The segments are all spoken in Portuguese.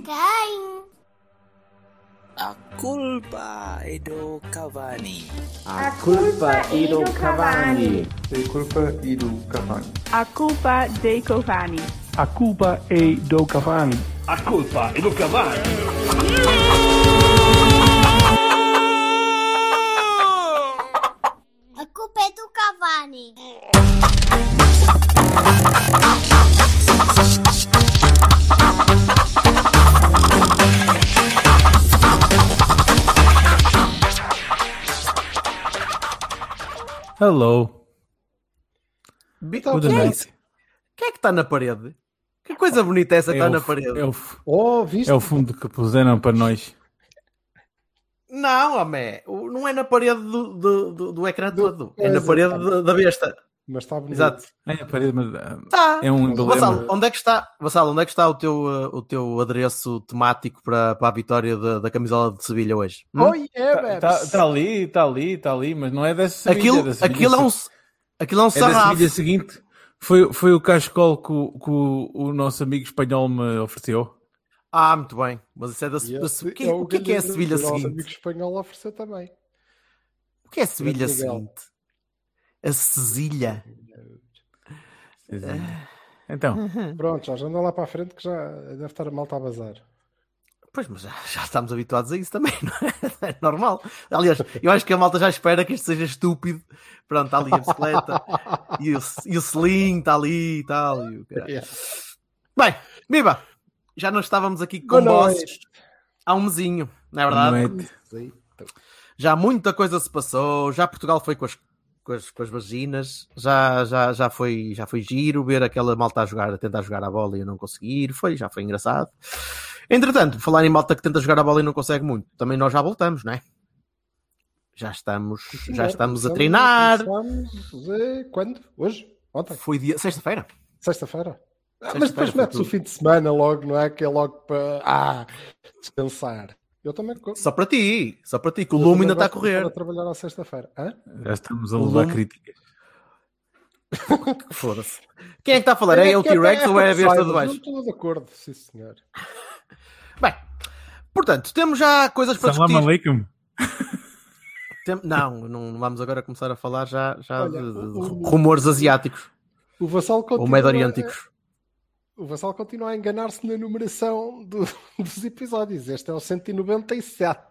Quem? A culpa é do Cavani. A culpa é do Cavani. A culpa é do Cavani. A culpa dei Cavani. A culpa é do Cavani. A culpa é do Cavani. A culpa é do Cavani. Hello. Good night. Quem é que está na parede? Que coisa bonita essa que está na parede. Viste? É o fundo que puseram para nós. Não, amé. Não é na parede do ecrã todo. É na parede da besta. Mas está bonito. Exato. É a parede, mas Tá. é um emblema. Vassalo, onde é que está o teu adereço temático para a vitória da camisola de Sevilha hoje? Está ali, mas não é dessa Sevilha. Aquilo é um É da sarrafo. Sevilha seguinte. Foi o cascol que o nosso amigo espanhol me ofereceu. Ah, muito bem. Mas isso é da o que é a Sevilha O nosso amigo seguinte? espanhol ofereceu também. O que é a Sevilha Miguel. seguinte? A Sesilha. Então, Pronto, já anda lá para a frente que já deve estar a malta a bazar. Pois, mas já estamos habituados a isso também, não é? É normal. Aliás, eu acho que a malta já espera que isto seja estúpido. Pronto, está ali a bicicleta e o selim está ali e tal. E o caralho. Yeah. Bem, Biba, já não estávamos aqui com bosses há um mesinho, não é verdade? noite. Já muita coisa se passou, já Portugal foi com as vaginas, já foi giro ver aquela malta a tentar jogar a bola e eu não conseguir, já foi engraçado. Entretanto, falar em malta que tenta jogar a bola e não consegue muito, também nós já voltamos, não é? Já estamos a treinar. Quando? Hoje? Ontem? Foi sexta-feira. Sexta-feira? Sexta-feira Mas depois foi metes o tudo. fim de semana logo, não é? Que é logo para descansar. Eu também. Só para ti, que o Lume ainda está a correr. Para trabalhar à sexta-feira. Hã? Já estamos a levar críticas. Foda-se. Quem é que está a falar? É o T-Rex ou é a besta de baixo? Estou de acordo, sim senhor. Bem, portanto, temos já coisas para Salam discutir. aleikum. Não vamos agora começar a falar já Olha, de rumores asiáticos O Vassal continua, ou medo-orienticos. O Vassal continua a enganar-se na numeração dos episódios. Este é o 197.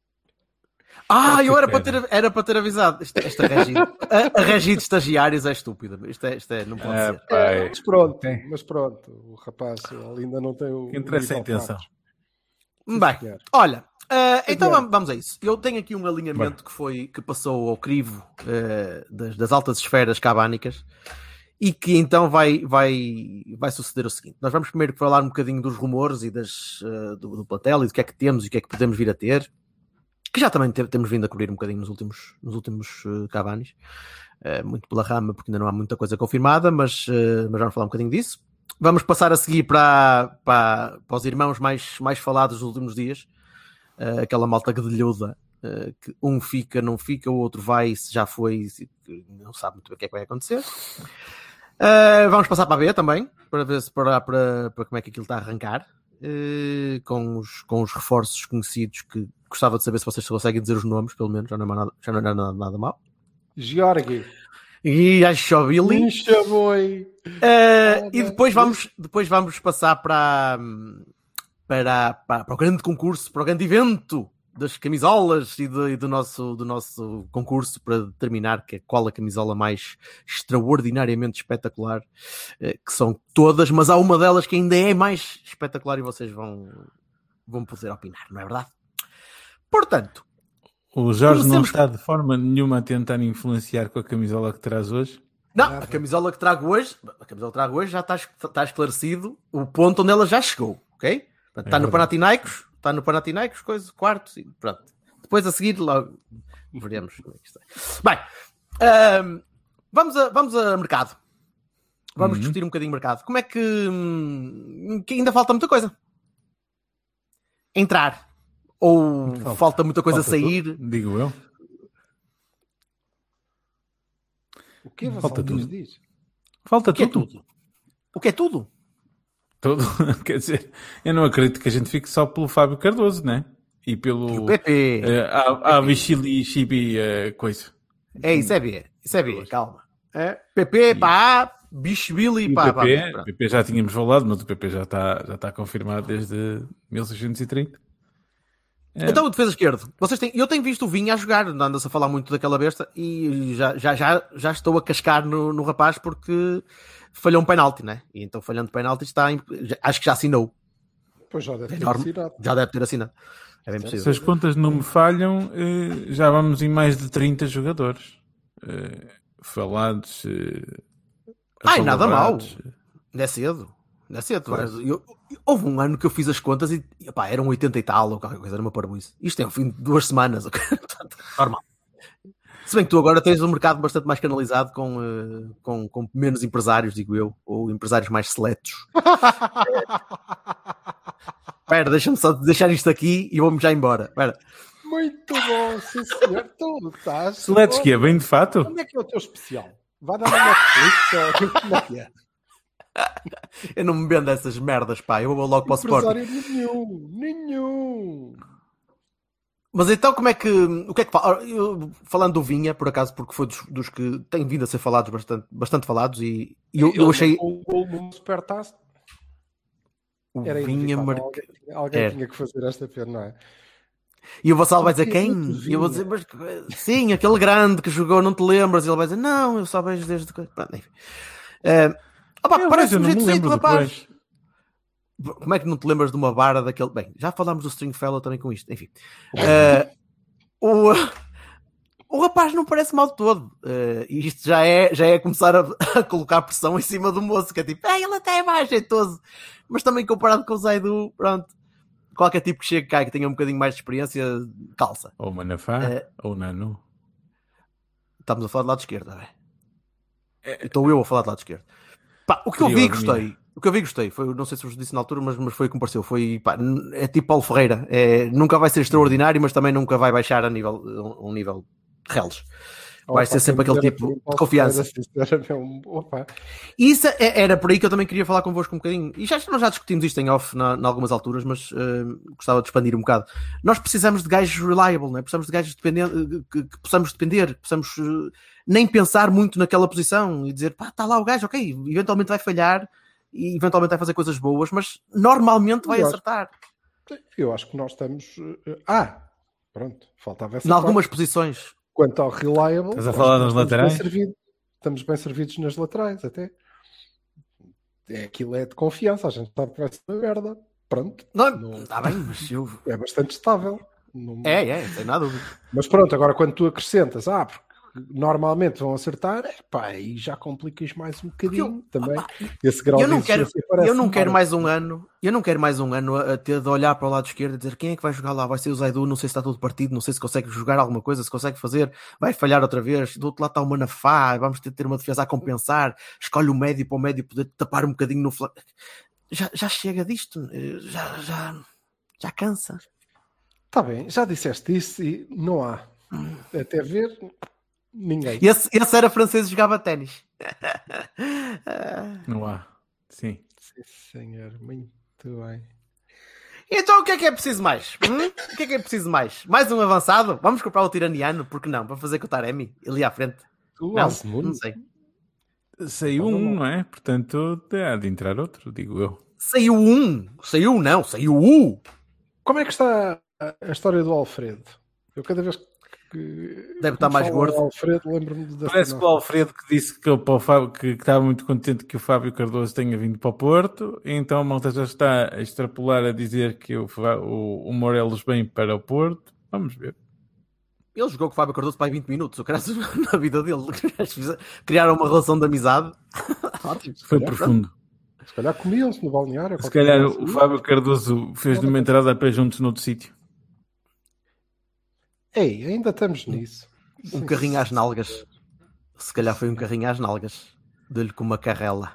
Eu era para ter avisado. Esta a regi de estagiários é estúpida. Isto não pode ser. Mas pronto, o rapaz ele ainda não tem o. Que interessa a nível intenção. Sim, Bem, senhor. olha, então vamos a isso. Eu tenho aqui um alinhamento que passou ao crivo das altas esferas cabánicas e que então vai suceder o seguinte. Nós vamos primeiro falar um bocadinho dos rumores e do plantel e do que é que temos e o que é que podemos vir a ter, que já também temos vindo a cobrir um bocadinho nos últimos Cavanis, muito pela rama, porque ainda não há muita coisa confirmada, mas vamos falar um bocadinho disso. Vamos passar a seguir para os irmãos mais falados nos últimos dias, aquela malta guedelhuda, que um fica, não fica, o outro vai, se já foi, não sabe muito bem o que é que vai acontecer. Vamos passar para a B também, para ver se para como é que aquilo está a arrancar, com os reforços conhecidos, que gostava de saber se vocês conseguem dizer os nomes, pelo menos, já não é nada mal. Georgi. E a Chobili. E depois vamos passar para o grande concurso, para o grande evento das camisolas e do nosso concurso, para determinar qual a camisola mais extraordinariamente espetacular, que são todas, mas há uma delas que ainda é mais espetacular e vocês vão poder opinar, não é verdade? Portanto, O Jorge não está de forma nenhuma a tentar influenciar com a camisola que traz hoje. não, a camisola que trago hoje já está esclarecido o ponto onde ela já chegou, ok? Portanto, está no Panathinaikos, coisa, quarto, sim, pronto. Depois a seguir logo veremos como é que está. Bem, vamos a mercado. Vamos discutir um bocadinho mercado. Como é que ainda falta muita coisa? Entrar. Ou falta muita coisa a sair? Tudo, digo eu. O que Falta tudo. diz? Falta O que é tudo. tudo? O que é tudo? Todo, quer dizer, eu não acredito que a gente fique só pelo Fábio Cardoso, né? E pelo... E o PP. A Vichili Chibi coisa. Isso é B, calma. PP para A, Bichvili E o para PP, B. o PP já tínhamos falado, mas o PP já está confirmado desde 1630. Então, o defesa esquerdo. Eu tenho visto o Vinha a jogar, anda-se a falar muito daquela besta e já estou a cascar no rapaz porque falhou um penalti, né? E então, falhando penalti, acho que já assinou. Pois já deve ter assinado. Já deve ter assinado. É bem possível. Se as contas não me falham, já vamos em mais de 30 jogadores. Falados. Nada mal. apalabrados. Não é cedo. Houve um ano que eu fiz as contas e eram 80 e tal, ou qualquer coisa, era uma parboice. Isto é o fim de 2 semanas. Portanto, normal. Se bem que tu agora tens um mercado bastante mais canalizado com menos empresários, digo eu, ou empresários mais seletos. Espera, deixa-me só deixar isto aqui e vou-me já embora. Espera. Muito bom, sim senhor. Tu estás... Seletos que é bem de fato? Onde é que é o teu especial? Vai dar uma Netflix ou como é que é? Eu não me vendo essas merdas, pá. Eu vou logo para o Sporting. Nenhum. Mas então o que é que fala? Falando do Vinha, por acaso, porque foi dos que têm vindo a ser falados, bastante falados, e eu achei... O gol no Supertaça. O Era Vinha Alguém tinha que fazer esta pena, não é? E o Vassal vai dizer quem? E eu vou dizer, mas sim, aquele grande que jogou, não te lembras? E ele vai dizer, não, eu só vejo desde... Pronto, enfim. Parece um jeito feito, rapaz. Como é que não te lembras de uma vara daquele... Bem, já falámos do Stringfellow também com isto. Enfim. O rapaz não parece mal de todo. E isto já é começar a colocar pressão em cima do moço, que é tipo, ele até é mais jeitoso. Mas também comparado com o Zaidu, pronto. Qualquer tipo que chegue cá que tenha um bocadinho mais de experiência, calça. Ou Manafá, ou Nanu. Estamos a falar do lado esquerdo, não é? Estou eu a falar do lado esquerdo. Pá, o que eu vi gostei. Foi, não sei se vos disse na altura, mas foi o que me pareceu. É tipo Paulo Ferreira. Nunca vai ser extraordinário, mas também nunca vai baixar a um nível reles. Vai ser sempre aquele tipo de confiança. E isso era por aí que eu também queria falar convosco um bocadinho. E nós já discutimos isto em off em algumas alturas, mas gostava de expandir um bocado. Nós precisamos de gajos reliable, né? Precisamos de gajos que possamos depender, que possamos nem pensar muito naquela posição e dizer, pá, está lá o gajo, ok, eventualmente vai falhar e eventualmente vai fazer coisas boas, mas normalmente vai acertar. Eu acho que nós estamos... pronto, faltava essa em algumas posições. Quanto ao reliable, estás a falar nas laterais? Estamos bem servidos nas laterais, até. Aquilo é de confiança, a gente sabe que vai ser uma merda. Pronto. Não, está bem, mas é bastante estável. Sem nada dúvida. Mas pronto, agora quando tu acrescentas, porque normalmente vão acertar, e já complicas mais um bocadinho também. Esse grau eu não quero mais um ano a ter de olhar para o lado esquerdo e dizer quem é que vai jogar lá, vai ser o Zaidu, não sei se está todo partido, não sei se consegue jogar alguma coisa, se consegue fazer, vai falhar outra vez, do outro lado está o Manafá, vamos ter uma defesa a compensar, escolhe o médio para o médio poder tapar um bocadinho no flanco. Já chega disto, já cansa. Está bem, já disseste isso e não há. Até ver... Ninguém. Esse era francês e jogava ténis. Não há. Sim, senhor. Muito bem. Então o que é preciso mais? O que é preciso mais? Mais um avançado? Vamos comprar o Tiraniano? Porque não? Para fazer com o Taremi? Ali à frente? Não sei. Saiu um, não é? Portanto, há de entrar outro, digo eu. Saiu o... Como é que está a história do Alfredo? Eu cada vez que deve estar mais gordo. Alfredo, lembro-me parece que o Alfredo que disse que estava muito contente que o Fábio Cardoso tenha vindo para o Porto, então a malta já está a extrapolar a dizer que o Morelos vem para o Porto. Vamos ver. Ele jogou com o Fábio Cardoso para 20 minutos, eu quero na vida dele. Criaram uma relação de amizade. Foi profundo. Se calhar comiam-se no balneário. Se calhar o Fábio Cardoso fez-lhe uma entrada a pé juntos noutro sítio. Ainda estamos nisso. Um carrinho às nalgas. Se calhar foi um carrinho às nalgas. Deu-lhe com uma carrela.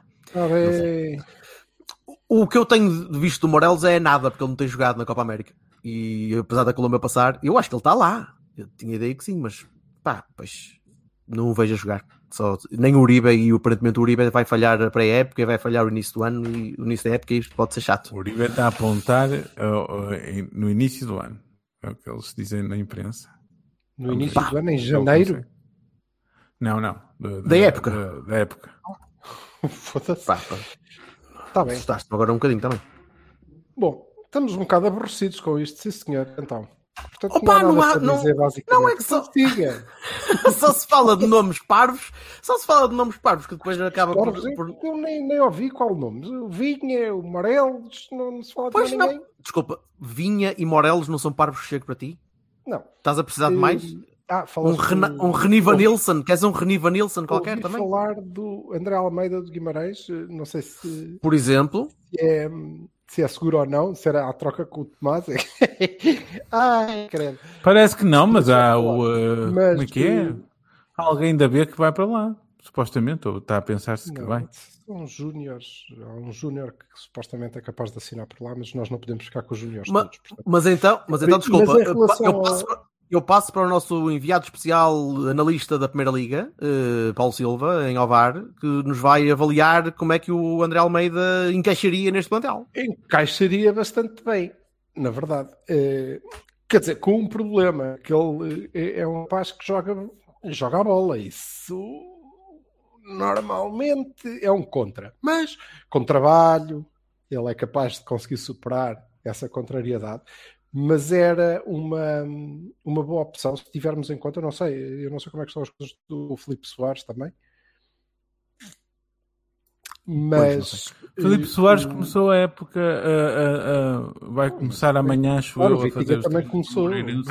O que eu tenho visto do Morelos é nada, porque ele não tem jogado na Copa América. E apesar da Colômbia passar, eu acho que ele está lá. Eu tinha ideia que sim, mas pois não o vejo a jogar. Nem o Uribe, e aparentemente o Uribe vai falhar a pré-época e vai falhar o início do ano, e o início da época, e isto pode ser chato. O Uribe está a apontar no início do ano. É o que eles dizem na imprensa. No início do ano, em janeiro? Não. Da época. Da época. Foda-se. Está bem. Assustaste-me agora um bocadinho também. Bom, estamos um bocado aborrecidos com isto, sim senhor. Então, portanto, Opa, não há nada a dizer, basicamente. não é que só... Siga. Só se fala de nomes parvos, que depois acaba por... Eu nem ouvi qual nome. O Vinha, o Morelos, não se fala de ninguém. Desculpa, Vinha e Morelos não são parvos que chego para ti? Não. Estás a precisar de mais? Um Reniva Nilsson, queres um Reniva Nilsson qualquer também? Falar do André Almeida de Guimarães, não sei se... Por exemplo? Se é seguro ou não, se era a troca com o Tomás. Ai, credo. Parece que não, mas há o... como é que é? Há alguém da B que vai para lá, supostamente, ou está a pensar-se que vai. Há um júnior que supostamente é capaz de assinar por lá, mas nós não podemos ficar com os júniores todos. Portanto. Mas então, desculpa, eu passo para o nosso enviado especial analista da Primeira Liga, Paulo Silva, em Ovar, que nos vai avaliar como é que o André Almeida encaixaria neste plantel. Encaixaria bastante bem, na verdade. Quer dizer, com um problema, que ele é um rapaz que joga a bola. Isso normalmente é um contra. Mas, com trabalho, ele é capaz de conseguir superar essa contrariedade. Mas era uma boa opção, se tivermos em conta, eu não sei como é que estão as coisas do Filipe Soares também. Mas Filipe Soares começou a época, vai começar amanhã, acho eu, a fazer também começou.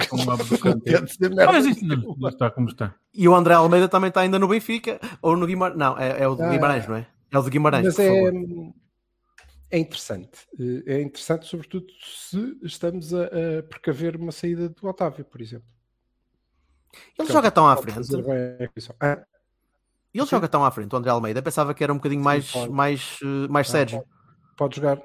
Mas isso não está como está. E o André Almeida também está ainda no Benfica, ou no Guimarães. Não, é o de Guimarães, não é? É o de Guimarães, mas por favor. É interessante. É interessante, sobretudo, se estamos a precaver uma saída do Otávio, por exemplo. Ele joga tão à frente. Ele joga tão à frente, o André Almeida. Eu pensava que era um bocadinho mais Sérgio. Pode jogar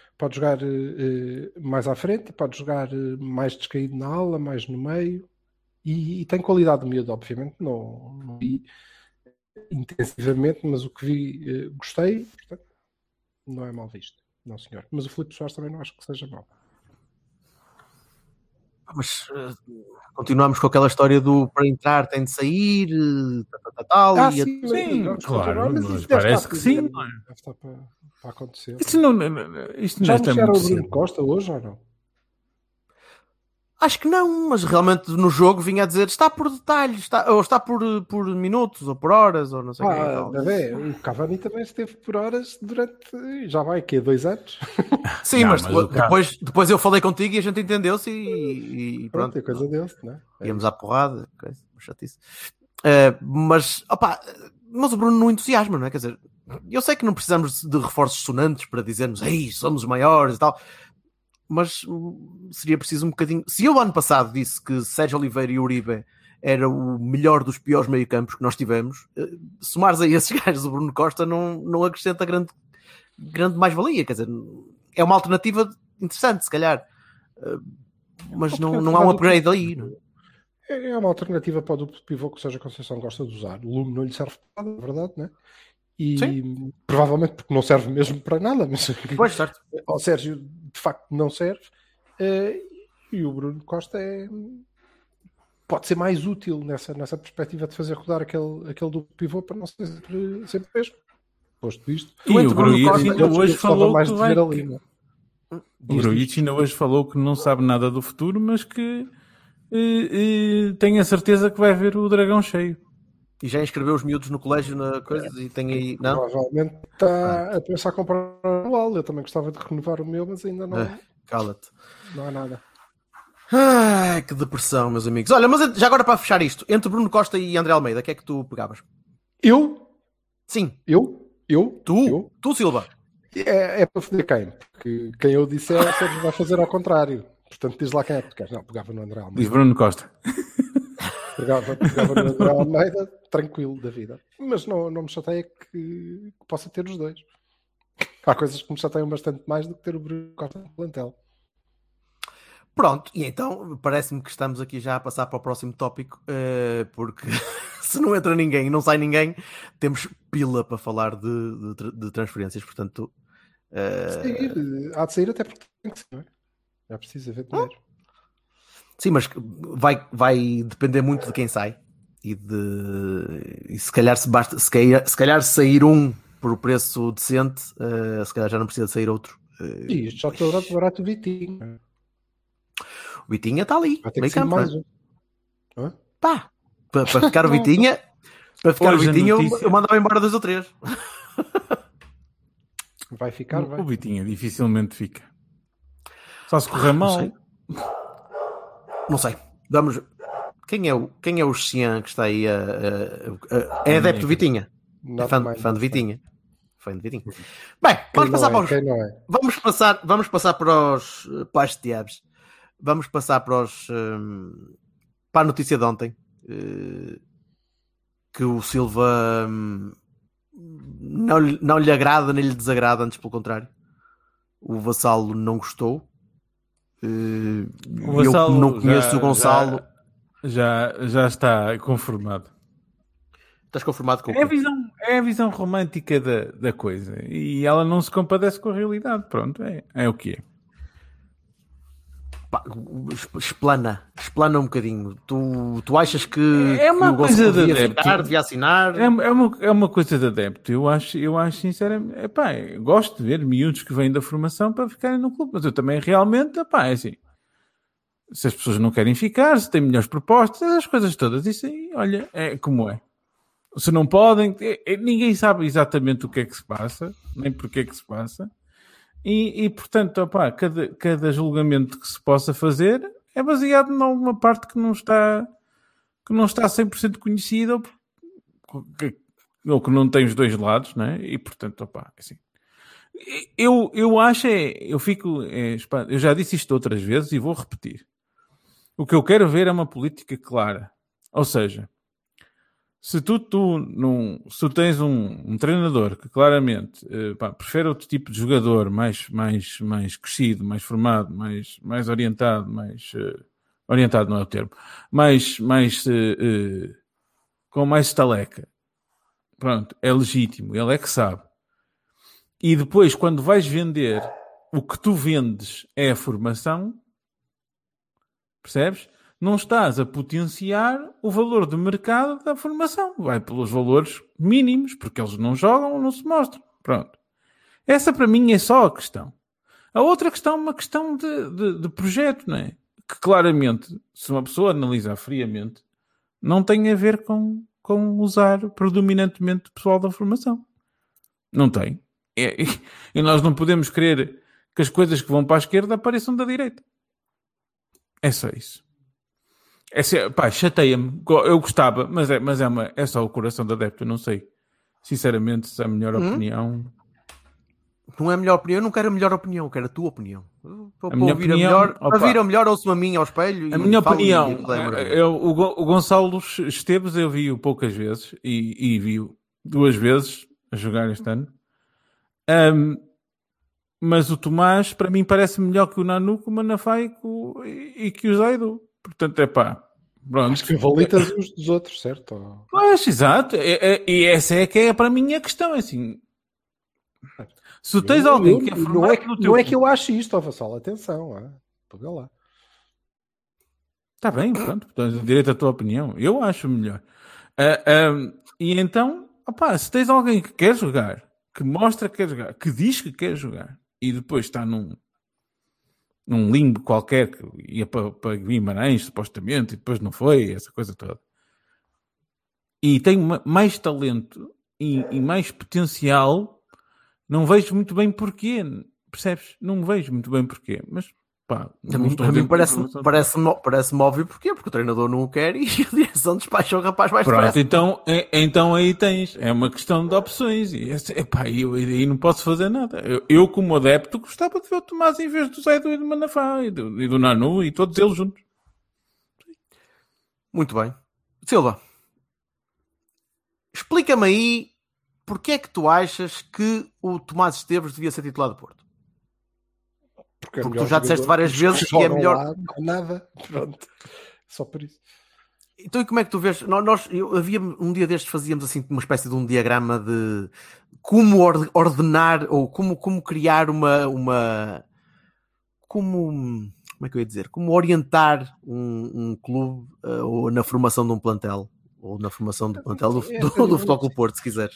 mais à frente, pode jogar mais descaído na ala, mais no meio. E tem qualidade de miúdo, obviamente. Não vi intensivamente, mas o que vi gostei. Portanto, não é mal visto, não senhor. Mas o Filipe Soares também não acho que seja mau. Mas continuamos com aquela história do para entrar tem de sair, tal. Sim, claro, mas parece que sim. Deve estar para acontecer. Isto já anunciaram o Bruno Costa hoje ou não? Acho que não, mas realmente no jogo vinha a dizer está por detalhes, ou está por minutos, ou por horas, ou não sei o que. O Cavani também esteve por horas durante, já vai, 2 anos? Sim, não, mas depois eu falei contigo e a gente entendeu-se e pronto. É coisa dele, não é? Íamos à porrada, chatice. Mas o Bruno não entusiasma, não é? Quer dizer, eu sei que não precisamos de reforços sonantes para dizermos, ei, somos maiores e tal. Mas seria preciso um bocadinho... Se eu ano passado disse que Sérgio Oliveira e Uribe era o melhor dos piores meio-campos que nós tivemos, somares a esses gajos do Bruno Costa não acrescenta grande mais-valia. Quer dizer, é uma alternativa interessante, se calhar. Mas não há um upgrade ali. Não? É uma alternativa para o duplo pivô que o Sérgio Conceição gosta de usar. O Lume não lhe serve para nada, na verdade, não é? E sim, provavelmente porque não serve mesmo para nada, mas pois, certo. Ao Sérgio de facto não serve, e o Bruno Costa pode ser mais útil nessa perspectiva de fazer rodar aquele duplo pivô para não ser sempre mesmo. Posto isto, e o Gruitch ainda hoje falou que vai... ali, o Gruitch ainda hoje falou que não sabe nada do futuro, mas que tem a certeza que vai ver o dragão cheio. E já inscreveu os miúdos no colégio na coisa e tem aí... Não? Provavelmente está a pensar em comprar um anual. Eu também gostava de renovar o meu, mas ainda não... Cala-te. Não há nada. Ai, que depressão, meus amigos. Olha, mas já agora para fechar isto, entre Bruno Costa e André Almeida, o que é que tu pegavas? Eu? Sim. Eu? Tu, Silva? É para foder quem? Porque quem eu disser vai fazer ao contrário. Portanto, diz lá quem é que tu queres. Não, pegava no André Almeida. Diz Bruno Costa. Pegava no André Almeida, tranquilo da vida. Mas não me chateia que possa ter os dois. Há coisas que me chateiam bastante mais do que ter o Bruno Costa no plantel. Pronto, e então parece-me que estamos aqui já a passar para o próximo tópico, porque se não entra ninguém e não sai ninguém, temos pila para falar de transferências, portanto... Há de sair até porque tem que ser, não é? Já precisa ver dinheiro. Sim, mas vai depender muito de quem sai e se calhar se calhar sair um por preço decente, se calhar já não precisa de sair outro. E isto já está barato o Vitinho. O Vitinha está ali, Vai ter meio que ser campo. mais um. Hã? Pá, para ficar o Vitinha, eu mandava embora 2 ou 3. Vai ficar, vai. O Vitinha dificilmente fica. Só se correr mal. Não sei. Vamos. Quem é o Xian que está aí? É adepto do Vitinha. É fã de Vitinha. Fã de Vitinha. Bem, vamos passar para os diabos. Vamos passar para a notícia de ontem. Que o Silva não lhe agrada nem lhe desagrada, antes pelo contrário. O Vassalo não gostou. Eu não conheço o Gonçalo. Já está conformado. Estás conformado com o quê? É a visão romântica da coisa. E ela não se compadece com a realidade. Pronto, é o que é. Pá, explana um bocadinho. Tu achas que uma que o coisa devia de ficar, devia assinar? É uma coisa de adepto. Eu acho sinceramente, eu gosto de ver miúdos que vêm da formação para ficarem no clube, mas eu também realmente, é assim, se as pessoas não querem ficar, se têm melhores propostas, as coisas todas, isso aí, olha, é como é. Se não podem, ninguém sabe exatamente o que é que se passa, nem porque é que se passa. E portanto, cada julgamento que se possa fazer é baseado numa parte que não está 100% conhecida ou que não tem os dois lados, né? E portanto, assim. Eu acho eu já disse isto outras vezes e vou repetir. O que eu quero ver é uma política clara. Ou seja, se tu tens um treinador que claramente prefere outro tipo de jogador mais crescido, mais formado, mais orientado, orientado não é o termo, com mais estaleca, pronto, é legítimo, ele é que sabe. E depois, quando vais vender, o que tu vendes é a formação, percebes? Não estás a potenciar o valor de mercado da formação. Vai pelos valores mínimos, porque eles não jogam ou não se mostram. Pronto. Essa para mim é só a questão. A outra questão é uma questão de projeto, não é? Que claramente, se uma pessoa analisar friamente, não tem a ver com usar predominantemente o pessoal da formação. Não tem. E nós não podemos querer que as coisas que vão para a esquerda apareçam da direita. É só isso. Chateia-me. Eu gostava, mas é só o coração da adepto. Eu não sei, sinceramente, se é a melhor opinião. Não é a melhor opinião. Eu não quero a melhor opinião. Eu quero a tua opinião. Para ouvir a melhor, ouço-me a mim ao espelho. A minha opinião. O Gonçalo Esteves eu vi-o poucas vezes e vi-o 2 vezes a jogar este ano. Mas o Tomás, para mim, parece melhor que o Nanu, que o Manafá e que o Zaidu. Portanto, pronto. Acho que favoritas uns dos outros, certo? Pois, exato. E essa é que é para mim a questão. Assim, se tu tens alguém que é formado no teu... Não é que eu acho isto, Vassal. Atenção. Estou lá. Está bem, pronto. Tens direito à tua opinião. Eu acho melhor. E então, se tens alguém que quer jogar, que mostra que quer jogar, que diz que quer jogar, e depois está num limbo qualquer que ia para Guimarães, supostamente, e depois não foi, essa coisa toda. E tem mais talento e mais potencial, não vejo muito bem porquê, percebes? Não vejo muito bem porquê, mas a mim parece-me óbvio porquê, porque o treinador não o quer e a direção despachou o rapaz mais depressa. Então aí tens, é uma questão de opções e eu aí não posso fazer nada. Eu como adepto gostava de ver o Tomás em vez do Zaidu e do Manafá e do Nanu e todos eles juntos. Muito bem. Silva, explica-me aí porque é que tu achas que o Tomás Esteves devia ser titular do Porto? Porque tu já disseste várias vezes que é melhor. Lá, não há nada, pronto. Só por isso. Então, e como é que tu vês? Havia um dia destes, fazíamos assim uma espécie de um diagrama de como ordenar ou como criar como é que eu ia dizer? Como orientar um clube ou na formação de um plantel, ou na formação do plantel do Futebol Clube Porto, se quiseres.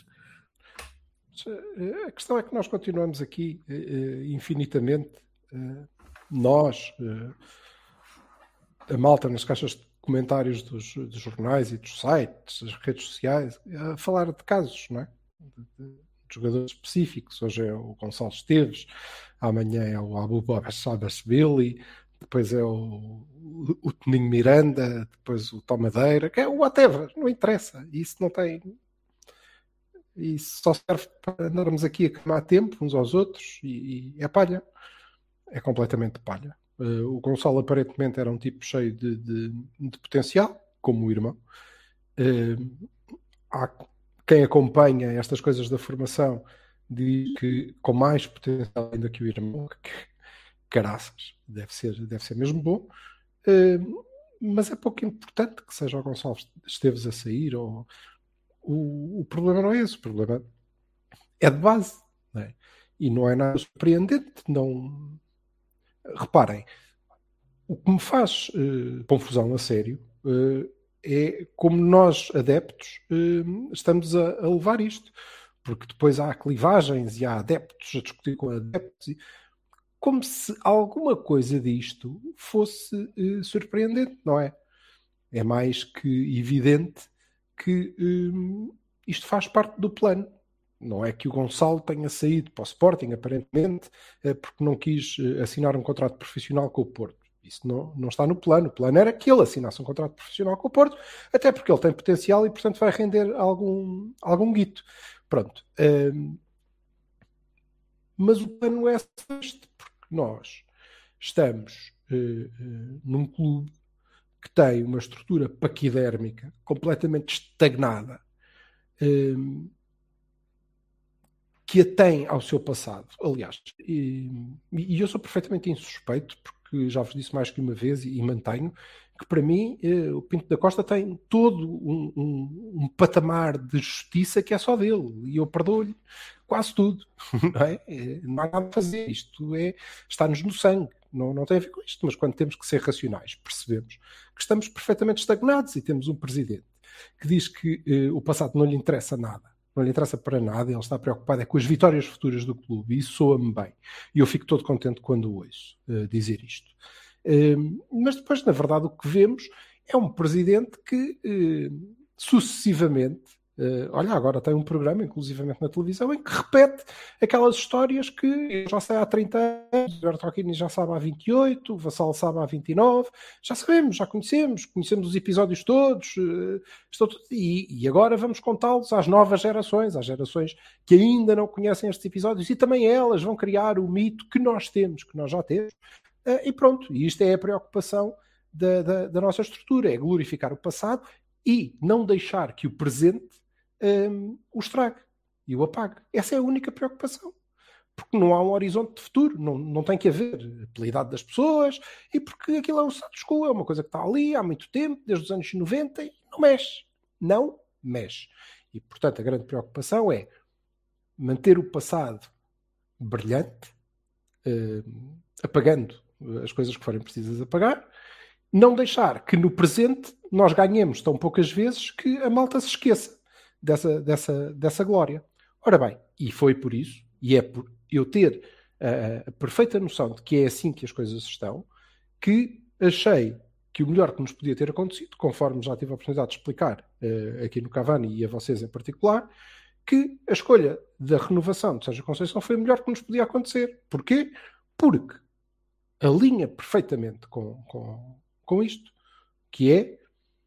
A questão é que nós continuamos aqui infinitamente, nós, a malta nas caixas de comentários dos jornais e dos sites, das redes sociais, a falar de casos, não é? De jogadores específicos. Hoje é o Gonçalo Esteves, amanhã é o Abubakar-Billy, depois é o Toninho Miranda, depois o Tom Madeira, que é o whatever, não interessa. Isso não tem... Isso só serve para andarmos aqui a queimar tempo uns aos outros e é palha. É completamente palha. O Gonçalo aparentemente era um tipo cheio de potencial, como o irmão. Há quem acompanha estas coisas da formação diz que com mais potencial ainda que o irmão, que caraças, deve ser mesmo bom. Mas é pouco importante que seja o Gonçalo Esteves a sair. O problema não é esse, o problema é de base, não é? E não é nada surpreendente. Não... Reparem, o que me faz confusão a sério é como nós, adeptos, estamos a levar isto. Porque depois há clivagens e há adeptos a discutir com adeptos, como se alguma coisa disto fosse surpreendente, não é? É mais que evidente que isto faz parte do plano. Não é que o Gonçalo tenha saído para o Sporting, aparentemente, porque não quis assinar um contrato profissional com o Porto. Isso não está no plano. O plano era que ele assinasse um contrato profissional com o Porto, até porque ele tem potencial e, portanto, vai render algum guito. Pronto. Mas o plano é este, porque nós estamos num clube que tem uma estrutura paquidérmica completamente estagnada, que a tem ao seu passado. Aliás, e eu sou perfeitamente insuspeito, porque já vos disse mais que uma vez e mantenho, que para mim o Pinto da Costa tem todo um patamar de justiça que é só dele, e eu perdoo-lhe quase tudo. Não é? Não há nada a fazer, isto está-nos no sangue, não tem a ver com isto, mas quando temos que ser racionais, percebemos que estamos perfeitamente estagnados e temos um presidente que diz que o passado não lhe interessa nada, não lhe interessa para nada, ele está preocupado com as vitórias futuras do clube, e isso soa-me bem, e eu fico todo contente quando ouço dizer isto. Mas depois, na verdade, o que vemos é um presidente que sucessivamente, olha, agora tem um programa, inclusivamente na televisão, em que repete aquelas histórias que eu já sei há 30 anos, o Bertolini já sabe há 28, o Vassal sabe há 29, já sabemos, já conhecemos os episódios todos, e agora vamos contá-los às novas gerações, às gerações que ainda não conhecem estes episódios, e também elas vão criar o mito que nós temos, que nós já temos. E pronto, e isto é a preocupação da nossa estrutura, é glorificar o passado e não deixar que o presente o estrague e o apague. Essa é a única preocupação, porque não há um horizonte de futuro, não tem que haver pela idade das pessoas, e porque aquilo é um status quo, é uma coisa que está ali há muito tempo, desde os anos 90, e não mexe. E portanto a grande preocupação é manter o passado brilhante, apagando as coisas que forem precisas apagar, não deixar que no presente nós ganhemos tão poucas vezes que a malta se esqueça dessa glória. Ora bem, e foi por isso, e é por eu ter a perfeita noção de que é assim que as coisas estão, que achei que o melhor que nos podia ter acontecido, conforme já tive a oportunidade de explicar aqui no Cavani e a vocês em particular, que a escolha da renovação de Sérgio Conceição foi o melhor que nos podia acontecer. Porquê? Porque alinha perfeitamente com isto, que é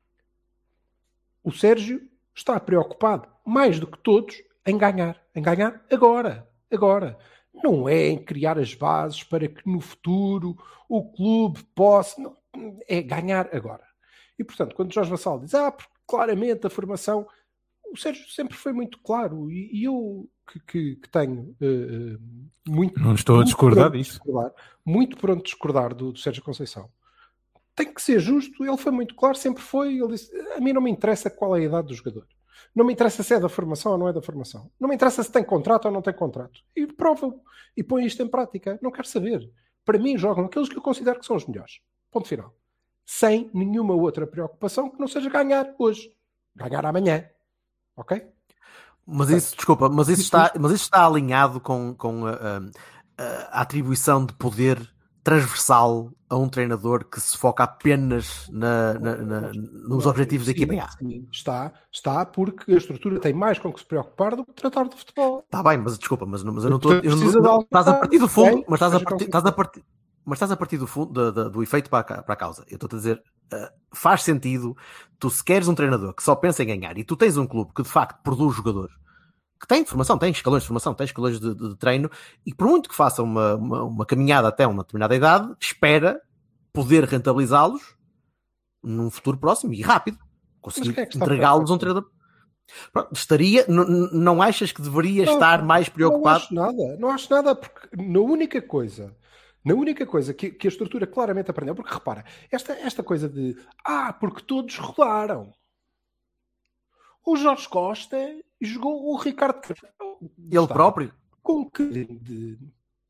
o Sérgio está preocupado mais do que todos em ganhar agora. Não é em criar as bases para que no futuro o clube possa, não, é ganhar agora. E portanto, quando Jorge Vassal diz, porque claramente a formação, o Sérgio sempre foi muito claro, e eu que tenho muito... Não estou a discordar disso. Muito pronto a discordar do Sérgio Conceição. Tem que ser justo, ele foi muito claro, sempre foi. Ele disse, a mim não me interessa qual é a idade do jogador. Não me interessa se é da formação ou não é da formação. Não me interessa se tem contrato ou não tem contrato. E prova-o. E põe isto em prática. Não quero saber. Para mim, jogam aqueles que eu considero que são os melhores. Ponto final. Sem nenhuma outra preocupação que não seja ganhar hoje. Ganhar amanhã. Ok? Mas isso, desculpa, mas isso está alinhado com a atribuição de poder transversal a um treinador que se foca apenas nos objetivos da equipa A. Sim, está porque a estrutura tem mais com que se preocupar do que tratar de futebol. Está bem, mas desculpa, mas eu não estou... Estás a partir do fundo, mas estás a partir do fundo do efeito para a causa. Eu estou a dizer, faz sentido, tu se queres um treinador que só pensa em ganhar e tu tens um clube que de facto produz jogadores, que tem formação, tem escalões de formação, tem escalões de treino, e por muito que faça uma caminhada até uma determinada idade, espera poder rentabilizá-los num futuro próximo e rápido. Conseguir entregá-los a um treinador. Pronto, não achas que deveria estar mais preocupado? Não acho nada, porque na única coisa que a estrutura claramente aprendeu, porque repara, esta coisa de porque todos rolaram. O Jorge Costa jogou o Ricardo Carvalho. Ele próprio? Com um bocadinho de...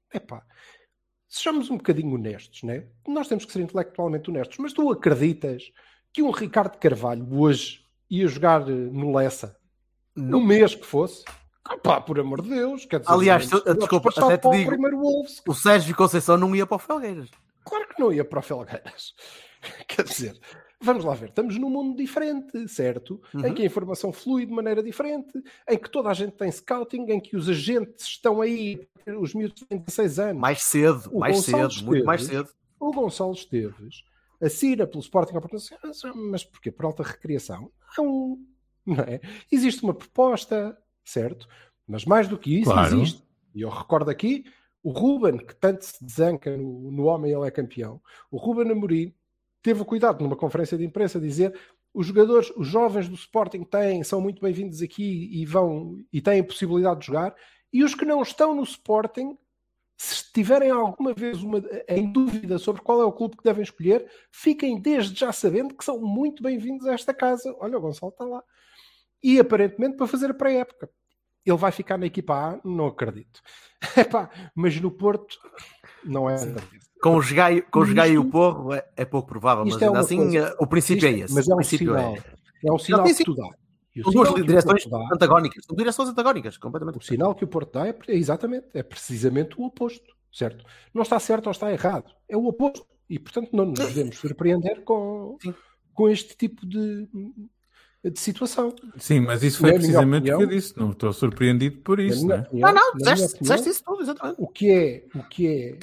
sejamos um bocadinho honestos, né? Nós temos que ser intelectualmente honestos, mas tu acreditas que um Ricardo Carvalho hoje ia jogar no Lessa no mês que fosse? Por amor de Deus. Quer dizer, aliás, desculpa, até te digo, o Sérgio Conceição não ia para o Felgueiras. Claro que não ia para o Felgueiras. Quer dizer... Vamos lá ver, estamos num mundo diferente, certo? Em que a informação flui de maneira diferente, em que toda a gente tem scouting, em que os agentes estão aí, os miúdos têm 16 anos. Muito mais cedo. O Gonçalo Esteves assina pelo Sporting ao Porto, mas porquê? Por alta recriação? Não é? Existe uma proposta, certo? Mas mais do que isso, existe. E eu recordo aqui, o Ruben, que tanto se desanca no Homem Ele é Campeão, o Ruben Amorim, teve o cuidado numa conferência de imprensa dizer os jogadores, os jovens do Sporting são muito bem-vindos aqui e têm possibilidade de jogar, e os que não estão no Sporting, se tiverem alguma vez em dúvida sobre qual é o clube que devem escolher, fiquem desde já sabendo que são muito bem-vindos a esta casa. Olha, o Gonçalo está lá. E aparentemente para fazer a pré-época. Ele vai ficar na equipa A? Não acredito. Mas no Porto não é verdade. Com o Jogai e o Porro é pouco provável, mas ainda assim o princípio é esse. Mas é um sinal. É um sinal que tu dá. São duas direções antagónicas. São direções antagónicas, completamente. O sinal que o Porto dá é precisamente o oposto, certo? Não está certo ou está errado. É o oposto. E, portanto, não nos devemos surpreender com este tipo de situação. Sim, mas isso foi precisamente o que eu disse. Não estou surpreendido por isso. Não, disseste isso tudo, exatamente. O que é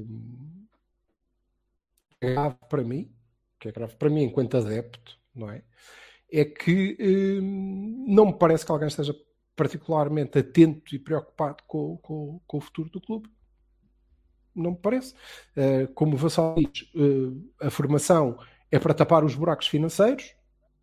grave para mim, enquanto adepto, não é? É que não me parece que alguém esteja particularmente atento e preocupado com o futuro do clube. Não me parece. Como o Vassal diz, a formação é para tapar os buracos financeiros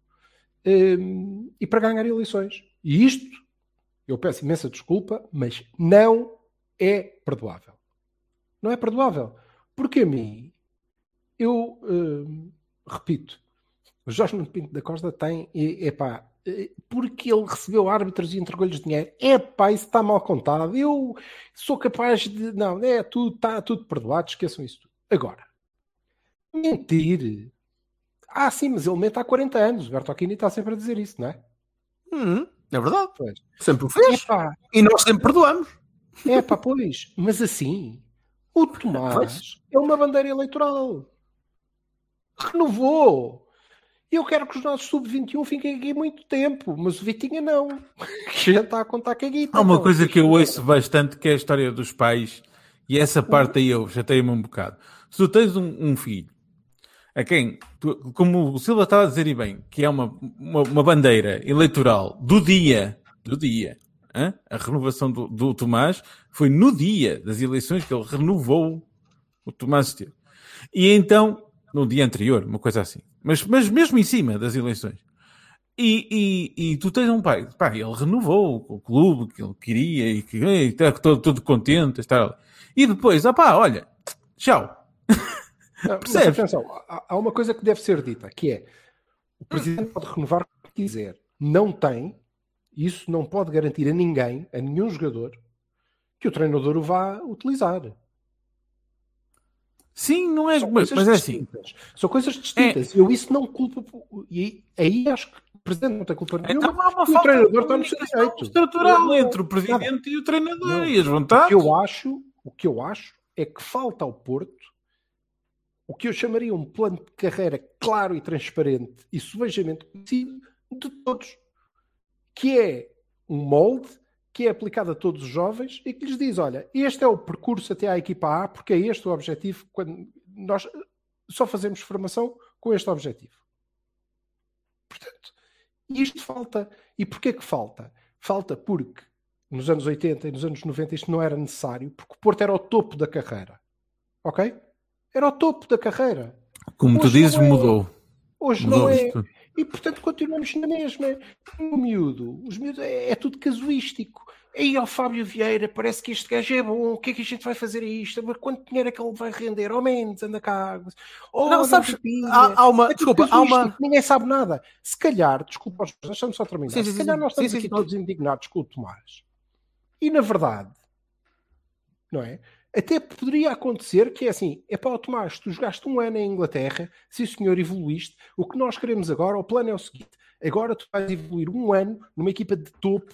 e para ganhar eleições. E isto, eu peço imensa desculpa, mas não é perdoável. Não é perdoável. Porque a mim, eu repito, o Jorge Nuno Pinto da Costa tem, porque ele recebeu árbitros e entregou-lhes dinheiro. Isso está mal contado. Eu sou capaz de... Não, está tudo perdoado, esqueçam isso tudo. Agora, mentir... sim, mas ele mente há 40 anos. O Bertocchini está sempre a dizer isso, não é? É verdade. Pois. Sempre o fez. E nós sempre perdoamos. Pois. Mas assim, o Tomás é uma bandeira eleitoral. Renovou. Eu quero que os nossos sub-21 fiquem aqui muito tempo, mas o Vitinha não. Que já está a contar com a guita. Há uma coisa que eu ouço bastante, que é a história dos pais, e essa parte aí eu chateio-me um bocado. Se tu tens um filho, a quem, como o Silva estava a dizer e bem, que é uma bandeira eleitoral do dia, hein? A renovação do Tomás foi no dia das eleições que ele renovou o Tomás Esteves. E então, no dia anterior, uma coisa assim. Mas mesmo em cima das eleições. E tu tens um pai, pá, ele renovou o clube que ele queria e que está todo contente. Está... E depois, olha, tchau. Percebes? Mas atenção, há uma coisa que deve ser dita, que é o presidente pode renovar o que quiser. Não tem, isso não pode garantir a ninguém, a nenhum jogador, que o treinador o vá utilizar. Sim, não é, mas é assim. São coisas distintas. Eu isso não culpo. E aí acho que o presidente não tem culpa nenhuma. Então há uma e o falta treinador de está no seu direito. estrutural entre o presidente e o treinador e as vontades. O que eu acho é que falta ao Porto o que eu chamaria um plano de carreira claro e transparente e subejamente conhecido de todos, que é um molde que é aplicado a todos os jovens e que lhes diz, olha, este é o percurso até à equipa A, porque é este o objetivo, quando nós só fazemos formação com este objetivo. Portanto, isto falta. E porquê que falta? Falta porque nos anos 80 e nos anos 90 isto não era necessário, porque o Porto era o topo da carreira. Ok? Era o topo da carreira. Como tu dizes, mudou. Hoje mudou não é. Isto. E, portanto, continuamos na mesma. Os miúdos é tudo casuístico. Aí ao Fábio Vieira, parece que este gajo é bom. O que é que a gente vai fazer a isto? Mas quanto dinheiro é que ele vai render? Ao menos, anda cá. Não, sabes, há uma... Desculpa, há uma... Ninguém sabe nada. Se calhar, desculpa, deixa-me só terminar. Sim, se calhar nós estamos aqui todos indignados com o Tomás. E, na verdade, não é? Até poderia acontecer que é assim, Tomás, tu jogaste um ano em Inglaterra, sim senhor, evoluíste, o que nós queremos agora, o plano é o seguinte, agora tu vais evoluir um ano numa equipa de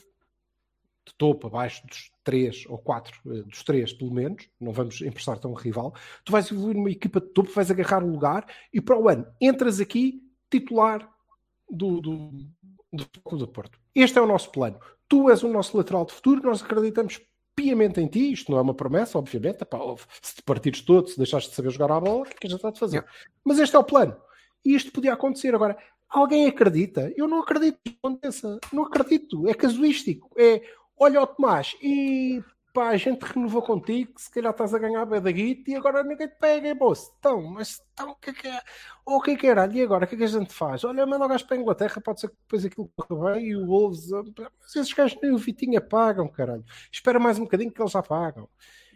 topo, abaixo dos 3 ou 4, dos 3 pelo menos, não vamos emprestar tão rival, tu vais evoluir numa equipa de topo, vais agarrar o lugar e para o ano entras aqui titular do Porto. Este é o nosso plano. Tu és o nosso lateral de futuro, nós acreditamos piamente em ti, isto não é uma promessa, obviamente, se te partires todo, se deixaste de saber jogar à bola, o que é que a gente está a fazer? Mas este é o plano. E isto podia acontecer. Agora, alguém acredita? Eu não acredito que aconteça. Não acredito. É casuístico. Olha o Tomás, e pá, a gente renovou contigo, se calhar estás a ganhar a da guita e agora ninguém te pega, moço. Então, o que é que é? Ou o que é que era? E agora, o que é que a gente faz? Olha, manda o gajo para a Inglaterra, pode ser que depois aquilo corra bem e o Wolves... Mas esses gajos nem o Vitinha pagam, caralho. Espera mais um bocadinho que eles já pagam.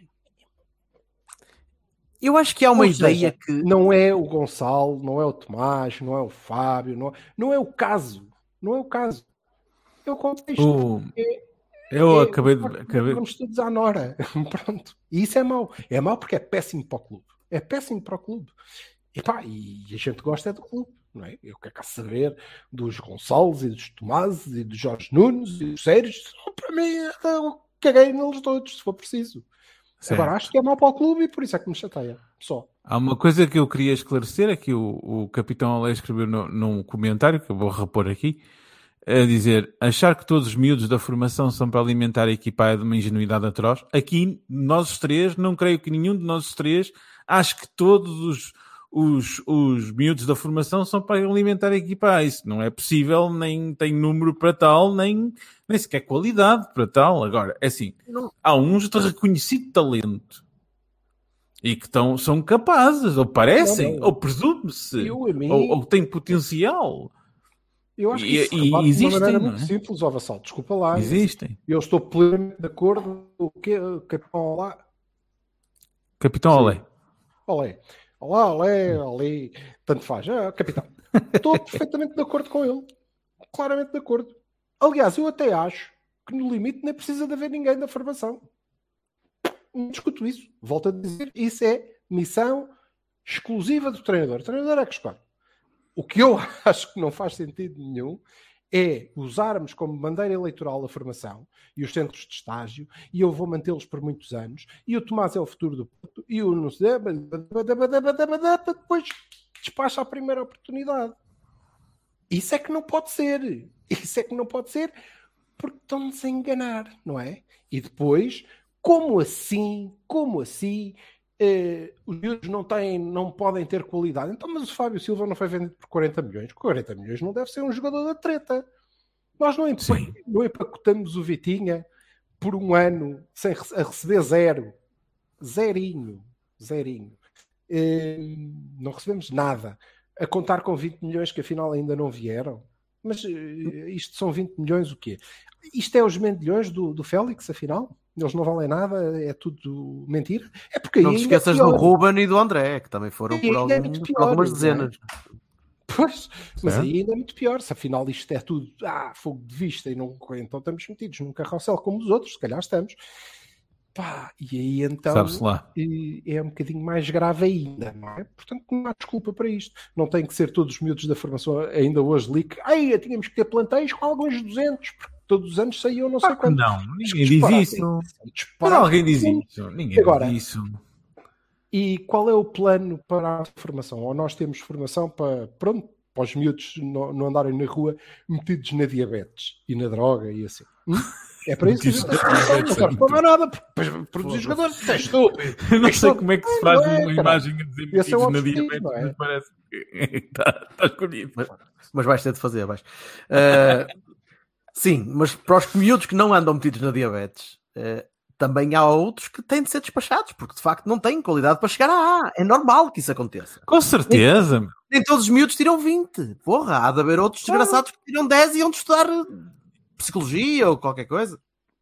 Eu acho que há uma ideia que... Não é o Gonçalo, não é o Tomás, não é o Fábio, não é o caso. Não é o caso. É o contexto. Eu acabei de... Vamos todos à Nora. Pronto. E isso é mau. É mau porque é péssimo para o clube. É péssimo para o clube. E a gente gosta do clube. Não é? Eu quero cá saber dos Gonçalves e dos Tomás e dos Jorge Nunes e dos Sérgio. Para mim, eu caguei neles todos, se for preciso. Certo. Agora, acho que é mau para o clube e por isso é que me chateia. Só. Há uma coisa que eu queria esclarecer, é que o Capitão Alé escreveu num comentário, que eu vou repor aqui, a dizer, achar que todos os miúdos da formação são para alimentar a equipa é de uma ingenuidade atroz. Aqui, nós três, não creio que nenhum de nós três ache que todos os miúdos da formação são para alimentar a equipa. Isso não é possível, nem tem número para tal, nem sequer qualidade para tal. Agora, é assim, há uns de reconhecido talento e que são capazes, ou parecem, ou presume-se, ou têm potencial. Eu acho que isso existem, de uma maneira muito simples, Vassal. Desculpa lá. Existem. Eu estou plenamente de acordo com o que o Capitão Olá. Capitão Olé. Olé. Tanto faz. Capitão. Estou perfeitamente de acordo com ele. Claramente de acordo. Aliás, eu até acho que no limite nem precisa de haver ninguém da formação. Não discuto isso. Volto a dizer, isso é missão exclusiva do treinador. O treinador é que escolhe. O que eu acho que não faz sentido nenhum é usarmos como bandeira eleitoral a formação e os centros de estágio, e eu vou mantê-los por muitos anos, e o Tomás é o futuro do Porto, e o não sei, depois despacha a primeira oportunidade. Isso é que não pode ser. Isso é que não pode ser, porque estão-nos a enganar, não é? E depois, como assim, os miúdos não podem ter qualidade. Então, mas o Fábio Silva não foi vendido por 40 milhões. 40 milhões não deve ser um jogador da treta. Nós não empacotamos o Vitinha por um ano a receber zerinho. Não recebemos nada. A contar com 20 milhões que afinal ainda não vieram. Mas isto são 20 milhões o quê? Isto é os mendilhões do Félix, afinal? Eles não valem nada, é tudo mentira? É porque Não te esqueças do Ruben e do André, que também foram por algumas dezenas. Pois, mas aí ainda é muito pior. Se afinal isto é tudo fogo de vista e não, então estamos metidos num carrossel como os outros, se calhar estamos. Pá, e aí então é um bocadinho mais grave ainda, não é? Portanto, não há desculpa para isto. Não tem que ser todos os miúdos da formação ainda hoje leak. Tínhamos que ter plantéis com alguns 200, porque todos os anos saíam não sei quantos. Não, ninguém diz isso. Mas alguém diz isso. Ninguém diz isso. E qual é o plano para a formação? Ou nós temos formação para os miúdos não andarem na rua metidos na diabetes e na droga e assim. É para isso que a gente não serve para mais nada, porque produzir jogadores é estúpido. Não sei como é que se faz uma imagem a dizer metidos na diabetes, mas parece que está escolhido. Mas vais ter de fazer, vais. Sim, mas para os miúdos que não andam metidos na diabetes, também há outros que têm de ser despachados, porque de facto não têm qualidade para chegar a A. É normal que isso aconteça. Com certeza. Nem todos os miúdos tiram 20. Porra, há de haver outros desgraçados que tiram 10 e iam de estudar psicologia ou qualquer coisa.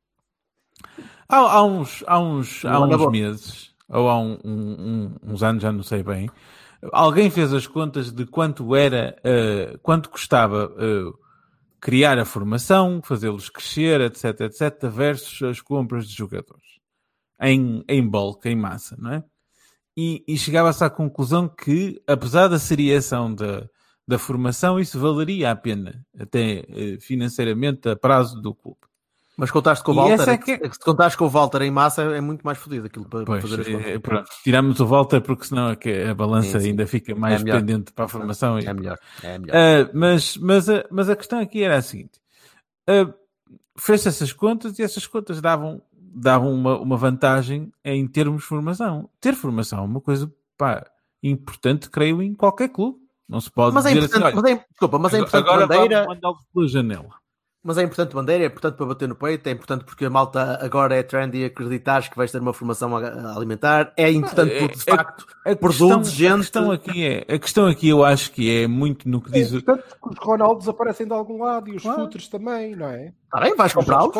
Há uns meses, ou há uns anos, já não sei bem, alguém fez as contas de quanto custava criar a formação, fazê-los crescer, etc, etc, versus as compras de jogadores. Em bulk, em massa, não é? E chegava-se à conclusão que, apesar da seriação da formação, isso valeria a pena, até financeiramente, a prazo do clube. Mas contaste com o Walter, se contaste com o Walter em massa, é muito mais fodido aquilo para fazer as contas. Pronto, tiramos o Walter porque senão a balança ainda fica mais pendente para a formação. É melhor. Mas a questão aqui era a seguinte. Fez-se essas contas e essas contas davam uma vantagem em termos formação. Ter formação é uma coisa importante, creio, em qualquer clube. Não se pode dizer assim, mas é importante agora bandeira. Vamos mandá-los pela janela. Mas é importante bandeira, é importante para bater no peito, é importante porque a malta agora é trendy acreditar que vais ter uma formação alimentar, é importante porque de facto produz gente. A questão aqui eu acho que é muito no que diz... É importante porque os Ronaldos aparecem de algum lado e os futuros também, não é? Está bem, vais comprá-los.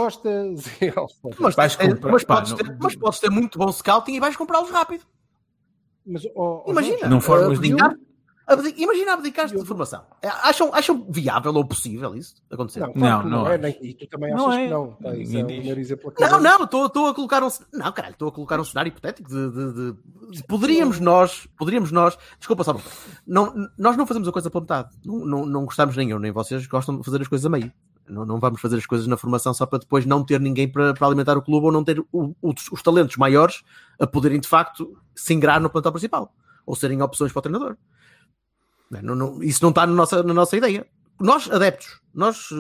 Mas podes ter muito bom scouting e vais comprá-los rápido. Mas, imagina, não formas nenhuma. Imagina abdicar-te de formação. Acham viável ou possível isso acontecer? Não é. E tu também achas que não. Não, estou a colocar um cenário hipotético de poderíamos nós, desculpa só, nós não fazemos a coisa pela metade. Não gostamos nem eu, nem vocês gostam de fazer as coisas a meio. Não vamos fazer as coisas na formação só para depois não ter ninguém para alimentar o clube ou não ter os talentos maiores a poderem de facto se ingrar no plantel principal ou serem opções para o treinador. Isso não está na nossa ideia. Nós, adeptos, nós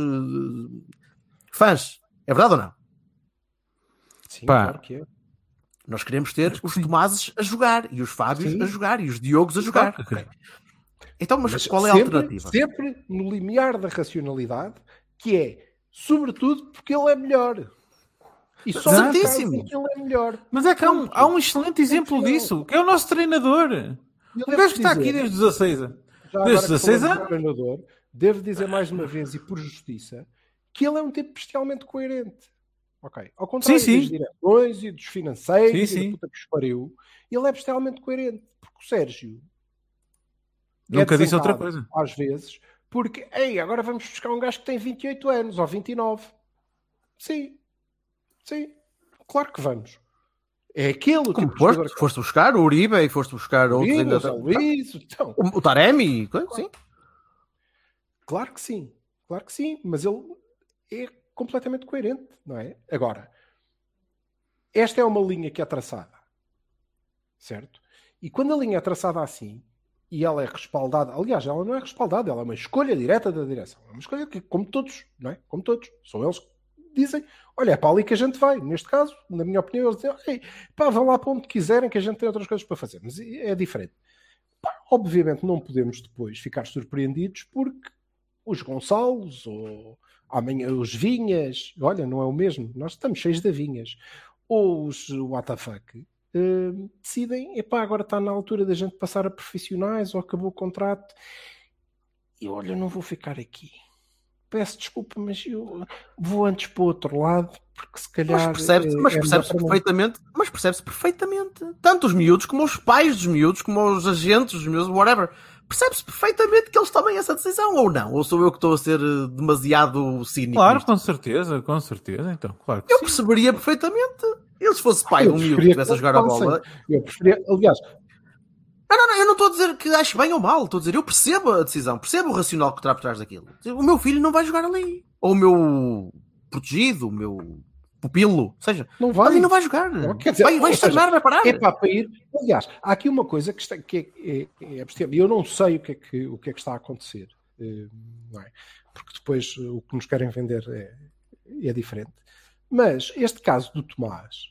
fãs, é verdade ou não? Sim, claro que é. Nós queremos ter os Tomases a jogar e os Fábios a jogar e os Diogos a jogar. Okay. Então, mas qual é a alternativa? Sempre no limiar da racionalidade, que é, sobretudo, porque ele é melhor. E só certíssimo. Porque ele é melhor. Mas é que há um excelente exemplo disso, que é o nosso treinador. O gajo que está aqui desde 16 anos. Desde 16 anos. Devo dizer mais uma vez e por justiça que ele é um tipo bestialmente coerente. Ok. Ao contrário das direções e dos financeiros e da puta que os pariu, ele é bestialmente coerente. Porque o Sérgio nunca disse outra coisa. Às vezes, porque agora vamos buscar um gajo que tem 28 anos ou 29. Sim, claro que vamos. É aquele como tipo foste buscar o Uribe e foste buscar outros ainda. Então. O Taremi, sim. Claro que sim, mas ele é completamente coerente, não é? Agora, esta é uma linha que é traçada, certo? E quando a linha é traçada assim, e ela é respaldada, aliás, ela não é respaldada, ela é uma escolha direta da direção, é uma escolha que, como todos, não é? Como todos, são eles que dizem, olha, é para ali que a gente vai. Neste caso, na minha opinião, eles dizem, vão lá para onde quiserem que a gente tem outras coisas para fazer. Mas é diferente. Obviamente não podemos depois ficar surpreendidos porque os Gonçalos ou amanhã os Vinhas, olha, não é o mesmo, nós estamos cheios de Vinhas, ou os WTF decidem, agora está na altura da gente passar a profissionais ou acabou o contrato e olha, não vou ficar aqui. peço desculpa, mas eu vou antes para o outro lado, porque se calhar... Mas percebe-se perfeitamente. Tanto os miúdos, como os pais dos miúdos, como os agentes dos miúdos, whatever. Percebe-se perfeitamente que eles tomem essa decisão, ou não? Ou sou eu que estou a ser demasiado cínico? Claro, nisto? com certeza, então, claro que Eu sim. perceberia perfeitamente. Eu, se fosse pai de um miúdo que estivesse a jogar a bola... Eu preferia, aliás... Não, eu não estou a dizer que acho bem ou mal. Estou a dizer, eu percebo a decisão, percebo o racional que está por trás daquilo. O meu filho não vai jogar ali. Ou o meu protegido, o meu pupilo, ou seja, não vai. Ali não vai jogar. Quer dizer, vai estagnar, vai parar. Para ir. Aliás, há aqui uma coisa que é possível. Eu não sei o que é que está a acontecer. Não é? Porque depois o que nos querem vender é diferente. Mas este caso do Tomás,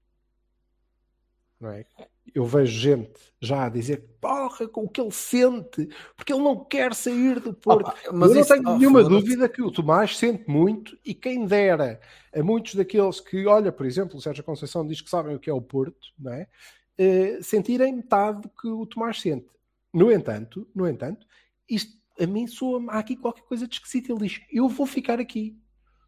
não é? Eu vejo gente já a dizer porra, com o que ele sente, porque ele não quer sair do Porto. Mas eu não tenho nenhuma dúvida que o Tomás sente muito, e quem dera a muitos daqueles que, olha, por exemplo, o Sérgio Conceição diz que sabem o que é o Porto, não é? Sentirem metade do que o Tomás sente. No entanto, isto a mim soa-me, há aqui qualquer coisa de esquisito. Ele diz, eu vou ficar aqui.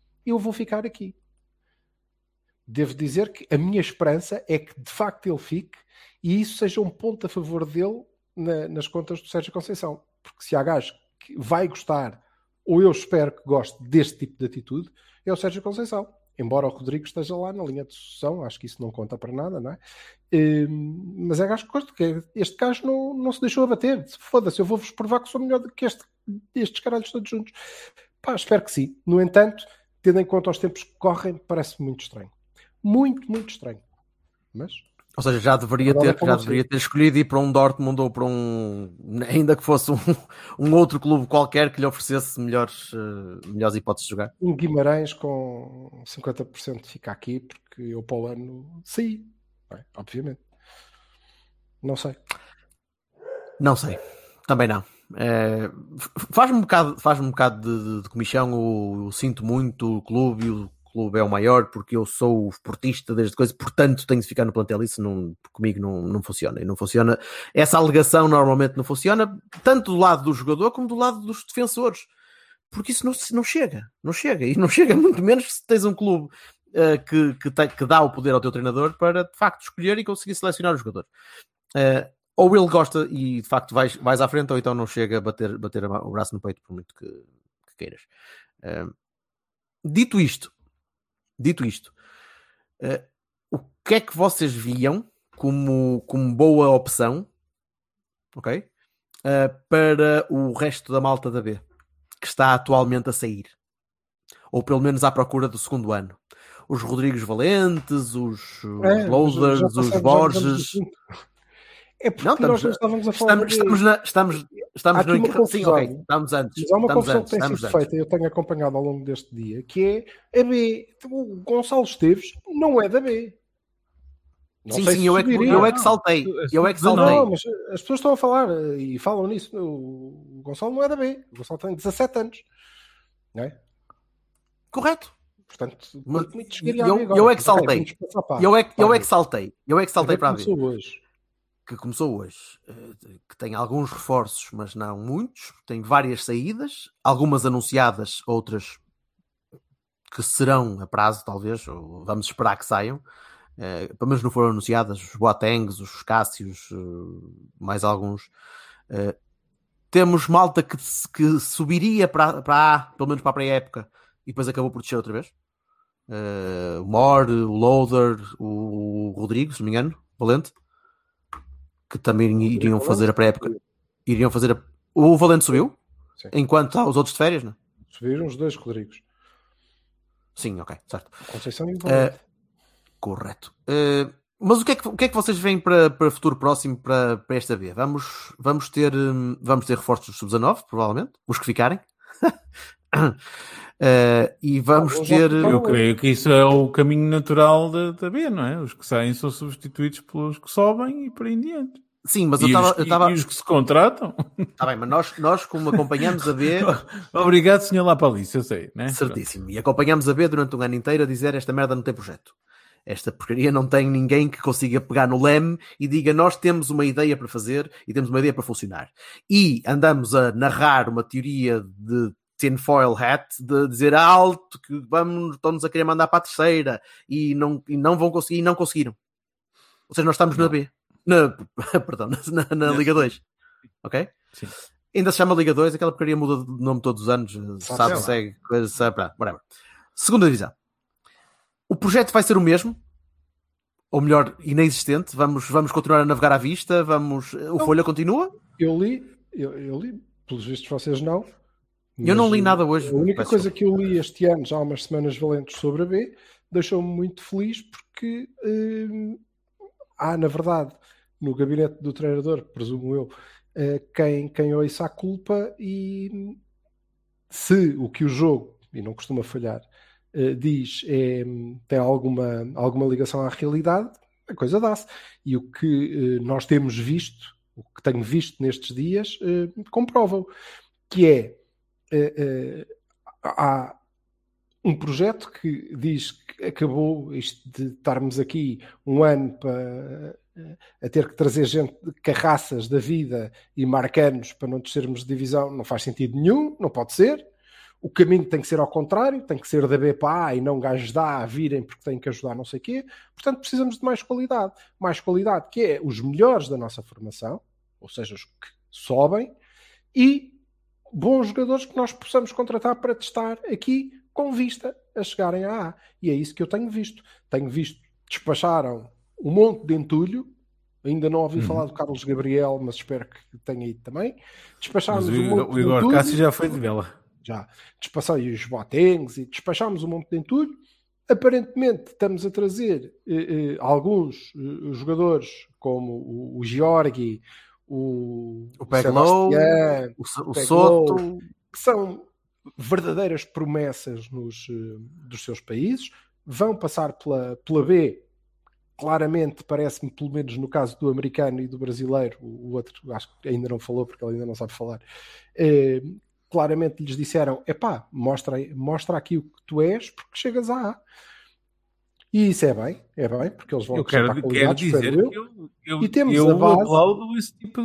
Devo dizer que a minha esperança é que de facto ele fique, e isso seja um ponto a favor dele nas contas do Sérgio Conceição. Porque se há gajo que vai gostar, ou eu espero que goste deste tipo de atitude, é o Sérgio Conceição. Embora o Rodrigo esteja lá na linha de sucessão, acho que isso não conta para nada, não é? Mas é gajo que gosta, que este gajo não se deixou abater. Foda-se, eu vou-vos provar que sou melhor do que estes caralhos todos juntos. Pá, espero que sim. No entanto, tendo em conta os tempos que correm, parece muito estranho. Muito, muito estranho. Mas... Ou seja, já deveria ter escolhido ir para um Dortmund ou para ainda que fosse um outro clube qualquer que lhe oferecesse melhores hipóteses de jogar. Um Guimarães com 50% fica aqui, porque eu para o ano saí. Obviamente. Não sei. Também não. Faz-me um bocado de comichão. Eu sinto muito o clube e o clube é o maior porque eu sou portista desde coisa, portanto tenho de ficar no plantel. Isso comigo não funciona. E não funciona. Essa alegação normalmente não funciona, tanto do lado do jogador como do lado dos defensores, porque isso não chega. E não chega muito menos se tens um clube que dá o poder ao teu treinador para de facto escolher e conseguir selecionar o jogador. Ou ele gosta e de facto vais à frente, ou então não chega a bater o braço no peito por muito que queiras. Dito isto, o que é que vocês viam como boa opção, ok? Para o resto da malta da B, que está atualmente a sair, ou pelo menos à procura do segundo ano? Os Rodrigos Valentes, os Loaders, os Borges... É porque nós não estávamos a falar estamos no encontro. Sim, ok, estamos antes. Mas há uma confusão que tem sido feita, eu tenho acompanhado ao longo deste dia, que é a B. O Gonçalo Esteves não é da B. Sim, eu é que saltei. Não, mas as pessoas estão a falar e falam nisso. O Gonçalo não é da B. O Gonçalo tem 17 anos. Não é? Correto. Portanto, eu é que saltei. Eu é que saltei para a B. Que começou hoje, que tem alguns reforços, mas não muitos, tem várias saídas, algumas anunciadas, outras que serão a prazo, talvez, ou vamos esperar que saiam, pelo menos não foram anunciadas, os Boatengs, os Cássios, mais alguns. Temos malta que subiria para A, pelo menos para a pré-época, e depois acabou por descer outra vez. O Moore, o Loader, o Rodrigo, se não me engano, Valente, que também iriam fazer a pré-época. O Valente subiu? Sim. Enquanto há os outros de férias, não? Subiram os dois Rodrigos. Sim, ok, certo. Conceição e o Valente. Correto. Mas o que é que vocês veem para futuro próximo para esta B? Vamos ter reforços dos sub-19, provavelmente, os que ficarem. E vamos ter... Eu creio que isso é o caminho natural da B, não é? Os que saem são substituídos pelos que sobem e por aí em diante. Sim, mas E os que se contratam? Está bem, mas nós como acompanhamos a B... Obrigado, senhor Lapalice, eu sei, né? Certíssimo. E acompanhamos a B durante um ano inteiro a dizer esta merda não tem projeto. Esta porcaria não tem ninguém que consiga pegar no leme e diga nós temos uma ideia para fazer e temos uma ideia para funcionar. E andamos a narrar uma teoria de tinfoil hat de dizer alto que estão-nos a querer mandar para a terceira e não vão conseguir, e não conseguiram. Ou seja, nós estamos na B. Perdão, na Liga 2. Ok? Sim. Ainda se chama Liga 2, aquela porcaria muda de nome todos os anos, sabe, segue, coisa, sabe, whatever. Segunda divisão. O projeto vai ser o mesmo, ou melhor, inexistente. Vamos continuar a navegar à vista, o Folha continua? Eu li, pelos vistos vocês não. Eu não li nada hoje. A única coisa que eu li este ano, já há umas semanas valentes sobre a B, deixou-me muito feliz porque há, na verdade, no gabinete do treinador, presumo eu, quem ouça a culpa, e se o que o jogo, e não costuma falhar, diz tem alguma ligação à realidade, a coisa dá-se. E o que nós temos visto, o que tenho visto nestes dias, comprova-o, que há um projeto que diz que acabou isto de estarmos aqui um ano a ter que trazer gente, carraças da vida e marcanos para não descermos de divisão. Não faz sentido nenhum, não pode ser. O caminho tem que ser ao contrário, tem que ser da B para A e não gajos da A virem porque têm que ajudar não sei o quê. Portanto, precisamos de mais qualidade. Mais qualidade, que é os melhores da nossa formação, ou seja, os que sobem, e bons jogadores que nós possamos contratar para testar aqui com vista a chegarem à A. E é isso que eu tenho visto. Tenho visto, despacharam um monte de entulho. Ainda não ouvi falar do Carlos Gabriel, mas espero que tenha ido também. Despachámos um monte o Igor Cássio já foi de vela. Já. Despachámos os Boatengs e despachámos um monte de entulho. Aparentemente estamos a trazer alguns jogadores como o Georgi, o Peglow, o Soto, que são verdadeiras promessas dos seus países, vão passar pela B. Claramente, parece-me, pelo menos no caso do americano e do brasileiro, o outro acho que ainda não falou porque ele ainda não sabe falar, claramente lhes disseram, mostra aqui o que tu és porque chegas a A. E isso é bem, porque eles vão acrescentar qualidades, dizer que eu aplaudo esse tipo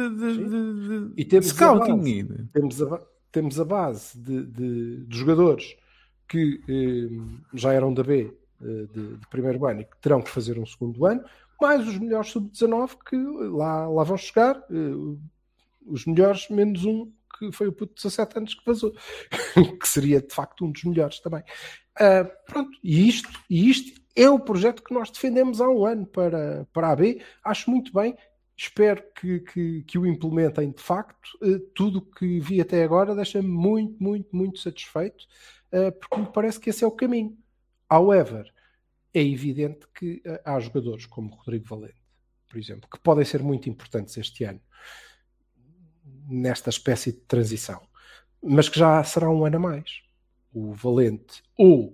de scouting. Temos a base de jogadores que já eram da B de primeiro ano e que terão que fazer um segundo ano, mais os melhores sub-19 que lá vão chegar, os melhores menos um, que foi o puto de 17 anos que vazou, que seria de facto um dos melhores também. Pronto, e isto é o projeto que nós defendemos há um ano para a AB. Acho muito bem, espero que o implementem de facto. Tudo o que vi até agora deixa-me muito, muito, muito satisfeito, porque me parece que esse é o caminho. However, é evidente que há jogadores como o Rodrigo Valente, por exemplo, que podem ser muito importantes este ano nesta espécie de transição, mas que já será um ano a mais. O Valente ou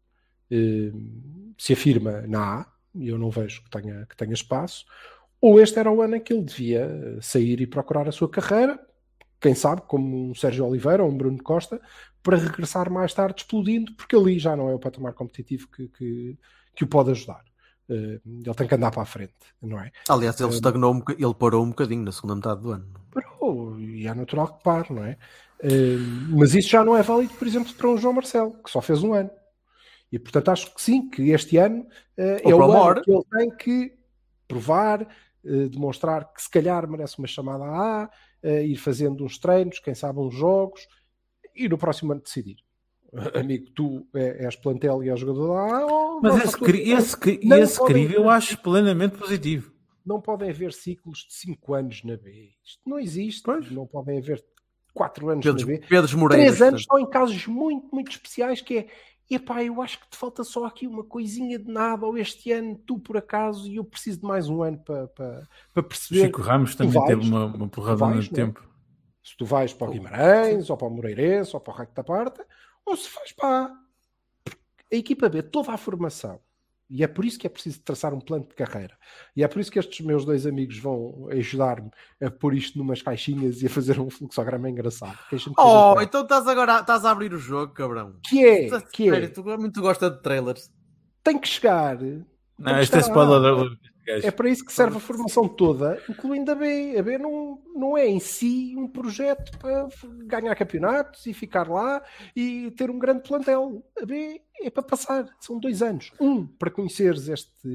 se afirma na A, e eu não vejo que tenha espaço, ou este era o ano em que ele devia sair e procurar a sua carreira, quem sabe, como um Sérgio Oliveira ou um Bruno Costa, para regressar mais tarde explodindo, porque ali já não é o patamar competitivo que o pode ajudar. Ele tem que andar para a frente, não é? Aliás, ele estagnou, ele parou um bocadinho na segunda metade do ano. Parou, e é natural que pare, não é? Mas isso já não é válido, por exemplo, para um João Marcelo, que só fez um ano. E, portanto, acho que sim, que este ano é o ano que ele tem que provar, demonstrar que se calhar merece uma chamada a A, ir fazendo uns treinos, quem sabe uns jogos, e no próximo ano decidir. Amigo, tu és plantel e és jogador da A. Mas esse crivo eu acho plenamente positivo. Não podem haver ciclos de 5 anos na B. Isto não existe. Pois. Não podem haver 4 anos na B. 3 anos estão em casos muito, muito especiais, que é, eu acho que te falta só aqui uma coisinha de nada, ou este ano tu por acaso, e eu preciso de mais um ano para perceber. Chico Ramos também teve uma porrada de tempo. Se tu vais para o Guimarães, ou para o Moreirense, ou para o Raco da Parta, ou se vais para a equipa B, toda a formação. E é por isso que é preciso traçar um plano de carreira. E é por isso que estes meus 2 amigos vão ajudar-me a pôr isto numas caixinhas e a fazer um fluxograma engraçado. Então estás a abrir o jogo, cabrão. Que é? Tu muito gosta de trailers. Tem que chegar Não, este é spoiler. É para isso que serve a formação toda, incluindo a B. A B não é em si um projeto para ganhar campeonatos e ficar lá e ter um grande plantel. A B é para passar. São 2 anos. Para conheceres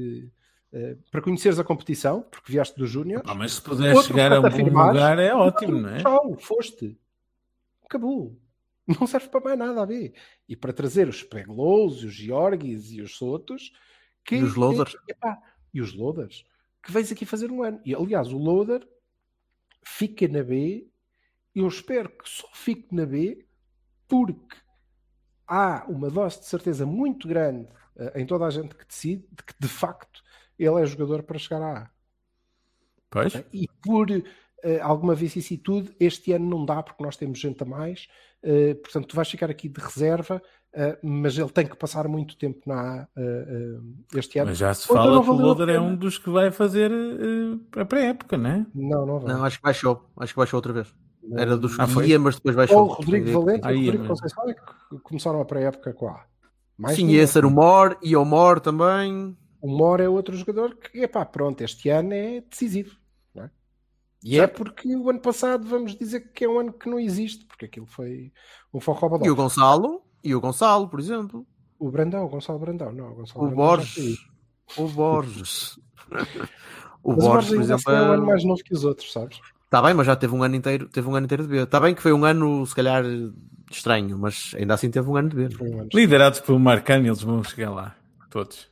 para conheceres a competição, porque vieste do Júnior. Mas se puderes chegar a um bom lugar é ótimo, não é? Tchau, foste. Acabou. Não serve para mais nada a B. E para trazer os Speglows, os Georgis e os Sotos... E os Loaders. E os Loaders, que vens aqui fazer um ano. E, aliás, o Loader fica na B. Eu espero que só fique na B porque há uma dose de certeza muito grande em toda a gente que decide de que, de facto, ele é jogador para chegar à A. Pois. E por alguma vicissitude, este ano não dá porque nós temos gente a mais. Portanto, tu vais ficar aqui de reserva, mas ele tem que passar muito tempo na A este ano. Mas já se fala que o Loader é um dos que vai fazer a pré-época, não é? Não vai. Não, acho que baixou. Acho que baixou outra vez. Era dos que foi? ia, mas depois baixou. O Rodrigo Valente e o Rodrigo Conceição é que começaram a pré-época com a A. Sim, ia ser o Mor e o Mor também. O Mor é outro jogador que, pronto, este ano é decisivo. Não é? E é porque o ano passado, vamos dizer que é um ano que não existe, porque aquilo foi um forró-badó. E o Gonçalo, por exemplo. O Gonçalo Brandão, não. O Borges. O Borges, por exemplo, é um ano mais novo que os outros, sabes? Está bem, mas já teve um ano inteiro de B. Está bem que foi um ano, se calhar, estranho, mas ainda assim teve um ano de B. Liderados pelo Marcano, eles vão chegar lá, todos.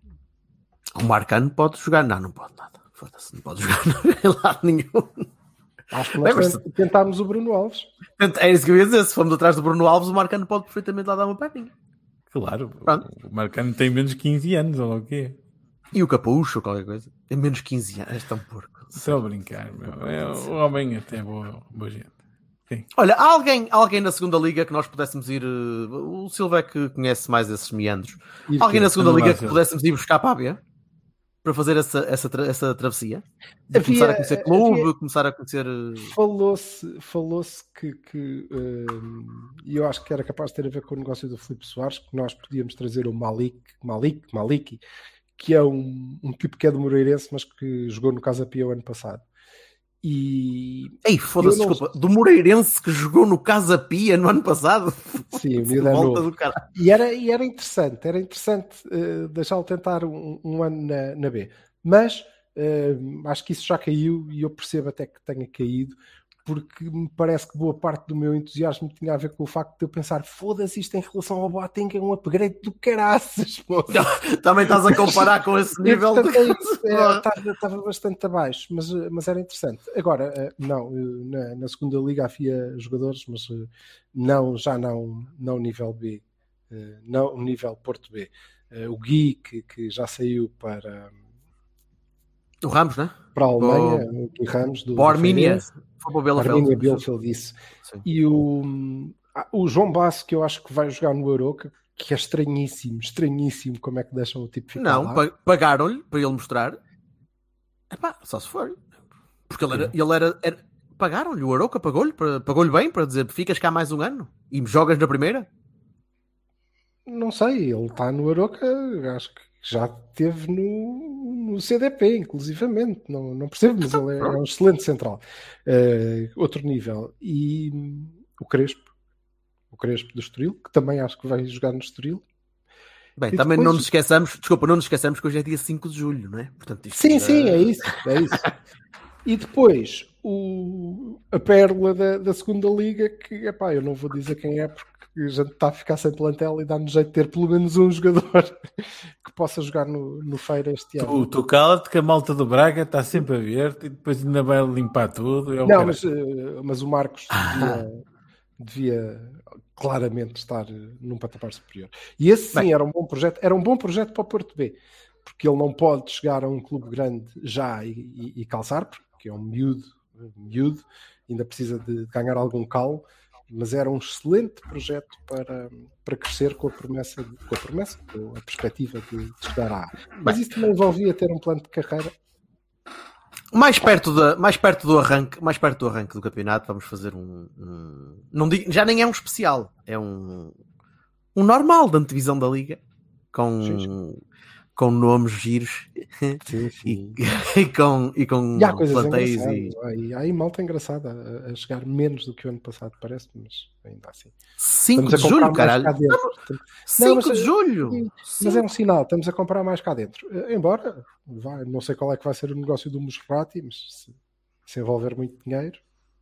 O Marcano pode jogar? Não pode nada. Foda-se, não pode jogar em lado nenhum. Acho que nós tentámos o Bruno Alves. É isso que eu ia dizer. Se formos atrás do Bruno Alves, o Marcano pode perfeitamente lá dar uma perninha. Claro. Pronto. O Marcano tem menos 15 anos, ou o quê? E o Capucho, ou qualquer coisa. Tem menos 15 anos. És tão porco. Estou a brincar, meu. O homem até é boa gente. Sim. Olha, alguém na segunda liga que nós pudéssemos ir... o Silva é que conhece mais esses meandros. Alguém na segunda liga que pudéssemos ir buscar para a B? Para fazer essa travessia? Começar a conhecer clube, começar a conhecer... Falou-se que e eu acho que era capaz de ter a ver com o negócio do Filipe Soares, que nós podíamos trazer o Maliki, que é um tipo que é do Moreirense, mas que jogou no Casa Pia o ano passado. Ei, foda-se, desculpa, do Moreirense que jogou no Casa Pia no ano passado? Sim, o miúdo é novo. E era interessante deixá-lo tentar um ano na B. Mas acho que isso já caiu e eu percebo até que tenha caído, porque me parece que boa parte do meu entusiasmo tinha a ver com o facto de eu pensar, foda-se, isto em relação ao Boateng é um upgrade do caraças. Também estás a comparar com esse nível? Estava bastante abaixo, mas era interessante. Agora, não, na segunda liga havia jogadores, mas não nível B, não nível Porto B. O Gui, que já saiu para... O Ramos, né? Para a Alemanha, o Gui Ramos do Armínia. Foi para o Bielefeld, isso. Sim. E o João Basso, que eu acho que vai jogar no Europa, que é estranhíssimo como é que deixam o tipo ficar lá. Não, pagaram-lhe para ele mostrar. Epá, só se for. Porque ele era pagaram-lhe, o Aroca pagou-lhe bem para dizer, ficas cá mais um ano e jogas na primeira? Não sei, ele está no Aroca, acho que já esteve no CDP, inclusivamente. Não percebo, mas ele é um excelente central. Outro nível. E o Crespo do Estoril, que também acho que vai jogar no Estoril. Bem, e também depois... não nos esqueçamos que hoje é dia 5 de julho, não é? Portanto, sim, é isso. E depois, a pérola da segunda liga, que, eu não vou dizer quem é, porque a gente está a ficar sem plantel e dá-nos jeito de ter pelo menos um jogador que possa jogar no Feira este ano. Tu cala-te que a malta do Braga está sempre aberta e depois ainda vai limpar tudo. Mas o Marcos devia claramente estar num patamar superior. E esse sim era um bom projeto. Era um bom projeto para o Porto B, porque ele não pode chegar a um clube grande já e calçar, porque é um miúdo, ainda precisa de ganhar algum calo. Mas era um excelente projeto para crescer com a perspectiva de chegar à A. Mas isso também envolvia ter um plano de carreira. Mais perto do arranque do campeonato, vamos fazer não digo, já nem é um especial, é um normal da antevisão da Liga, com com nomes giros Sim. e com E há coisas planteios engraçadas. Há aí malta engraçada a chegar menos do que o ano passado, parece, mas ainda assim. 5 Estamos de a comprar julho, mais caralho. cá dentro. 5 mas- de julho. Mas é um sinal, estamos a comprar mais cá dentro. Embora, não sei qual é que vai ser o negócio do Musrati, mas se envolver muito dinheiro,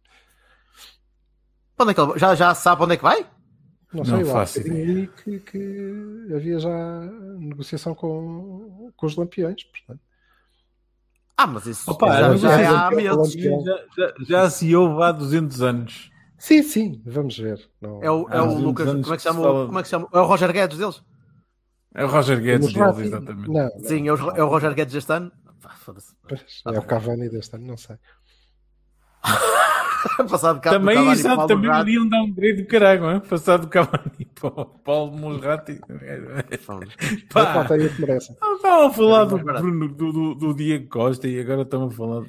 Onde é que ele... já sabe onde é que vai? não Não sei, lá faço ali que havia já negociação com os Lampiões, portanto. Mas isso Opa, já é há mas- meses. Já se ouve há 200 anos. Sim, vamos ver. Não, É o Há 200 Lucas, anos como é que que chama? se fala- Como é que chama? É o Roger Guedes deles? É o Roger Guedes Musrati, deles, exatamente. Não, Sim, é o Roger Guedes deste ano. Foda-se. é o Cavani deste ano, não sei. Passado cá Também, do Cavani exato, para o também Musrati. iriam dar um grade do caralho, não é? Passar do Cavani para o Paulo Musrati. Pá, tem o que merece. Estavam a falar É do mais barato. Bruno, do Diego Costa e agora estão a falar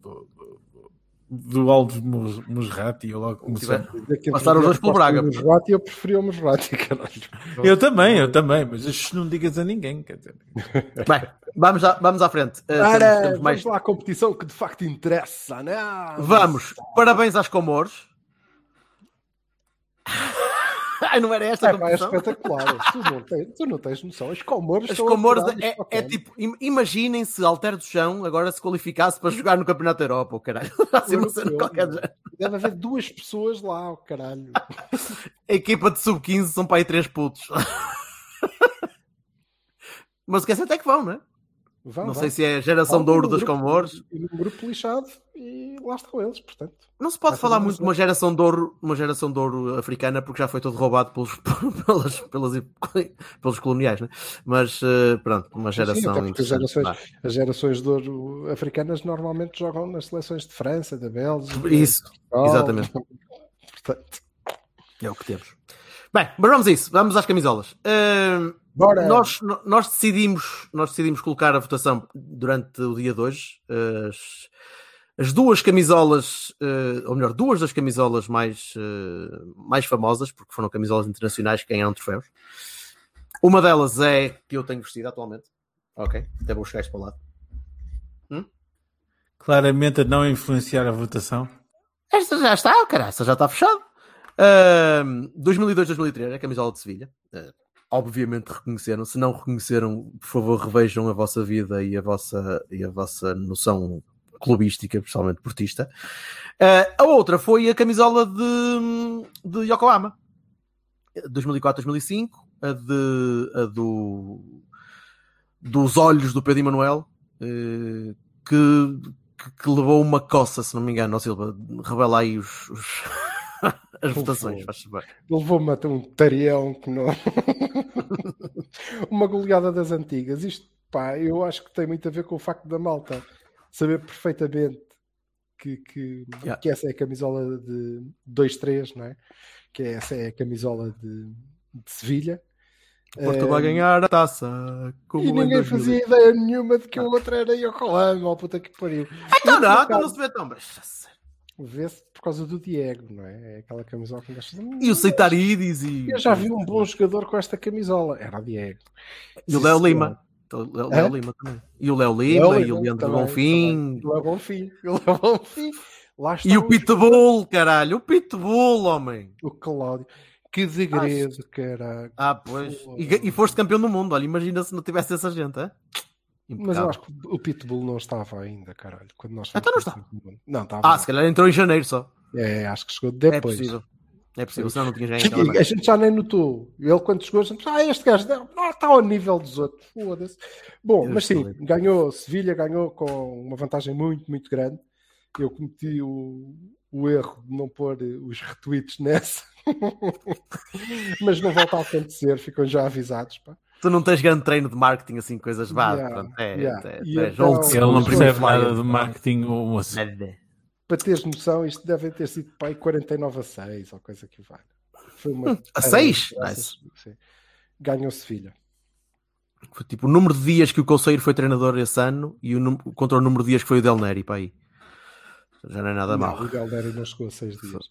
do Aldo Musrati. Eu logo comecei. Passaram os dois pelo Braga. O Musrati, eu preferi o Musrati, caralho. Eu também, mas isto não digas a ninguém, quer dizer. Bem, vamos à frente. Ora, Temos mais... vamos lá à competição que de facto interessa, né? Vamos. Parabéns às Comores. Ai, não era esta a É competição? espetacular. Tu não tens noção. As Comores As são Comores apuradas para é como. tipo, imaginem se Alter do Chão agora se qualificasse para jogar no Campeonato da Europa, o caralho. Assim uma cena qualquer do género. Deve haver 2 pessoas lá, o caralho. A equipa de sub-15 são para aí 3 putos. Mas esquece até que vão, não é? Vão. Sei se é a geração de ouro das Comores. E num grupo lixado e lá estão eles, portanto. Não se pode Vai falar fazer muito de uma geração de ouro africana porque já foi todo roubado pelos coloniais, né? Mas pronto, uma geração até porque interessante. as gerações de ouro africanas normalmente jogam nas seleções de França, da Bélgica. Isso, de Portugal. exatamente. Portanto, É o que temos. Bem, mas vamos a isso. Vamos às camisolas. bora! Nós decidimos colocar a votação durante o dia de hoje. As duas camisolas, ou melhor, duas das camisolas mais famosas, porque foram camisolas internacionais que ganharam troféus. Uma delas é que eu tenho vestido atualmente. Ok, até vou chegar isto para o lado. Claramente a não influenciar a votação. Esta já está, cara, esta já está fechada. 2002-2003, é a camisola de Sevilha. Obviamente reconheceram. Se não reconheceram, por favor, revejam a vossa vida e a vossa noção clubística, principalmente portista. A outra foi a camisola de Yokohama. 2004-2005. Dos olhos do Pedro Emanuel, que levou uma coça, se não me engano. Ó Silva, revela aí as votações, faz saber. Levou-me até um tarião que não. Uma goleada das antigas. Isto, pá, eu acho que tem muito a ver com o facto da malta saber perfeitamente que essa é a camisola de 2-3, não é? Que essa é a camisola de Sevilha. Porto vai ganhar a taça. E ninguém fazia ideia nenhuma de que a outra era Yokohama, ó puta que pariu. Então não se vê tão bem. Vê-se por causa do Diego, não é? É aquela camisola que E o Seitaridis e... Eu já vi um bom jogador com esta camisola. Era o Diego. E o Léo Lima. O Léo Lima também. E o Léo Lima e o Leandro Bonfim. O Léo Bonfim. Lá está e o Pitbull, caralho. O Pitbull, homem. O Cláudio. Que degredo, caralho. Pois. E foste campeão do mundo. Olha, imagina se não tivesse essa gente, é? Mas eu acho que o Pitbull não estava ainda, caralho. Quando nós então não está. Não, estava. Se calhar entrou em janeiro só. Acho que chegou depois. É possível, senão não tinha ganho. A gente já nem notou. Ele, quando chegou, a gente este gajo está ao nível dos outros. Foda-se. Bom, mas sim, ganhou. Sevilha ganhou com uma vantagem muito, muito grande. Eu cometi o erro de não pôr os retweets nessa. Mas não volta a acontecer. Ficam já avisados, pá. Tu não tens grande treino de marketing, assim, coisas Então, Ele não percebe nada de marketing. Para teres noção, isto deve ter sido para aí 49-6 ou coisa que vai. Foi uma a 6? Nice. Ganhou Sevilha. Foi tipo o número de dias que o Conceiro foi treinador esse ano e contra o número de dias que foi o Del Neri para aí. Já não é nada mal. O Del Neri não chegou a 6 dias.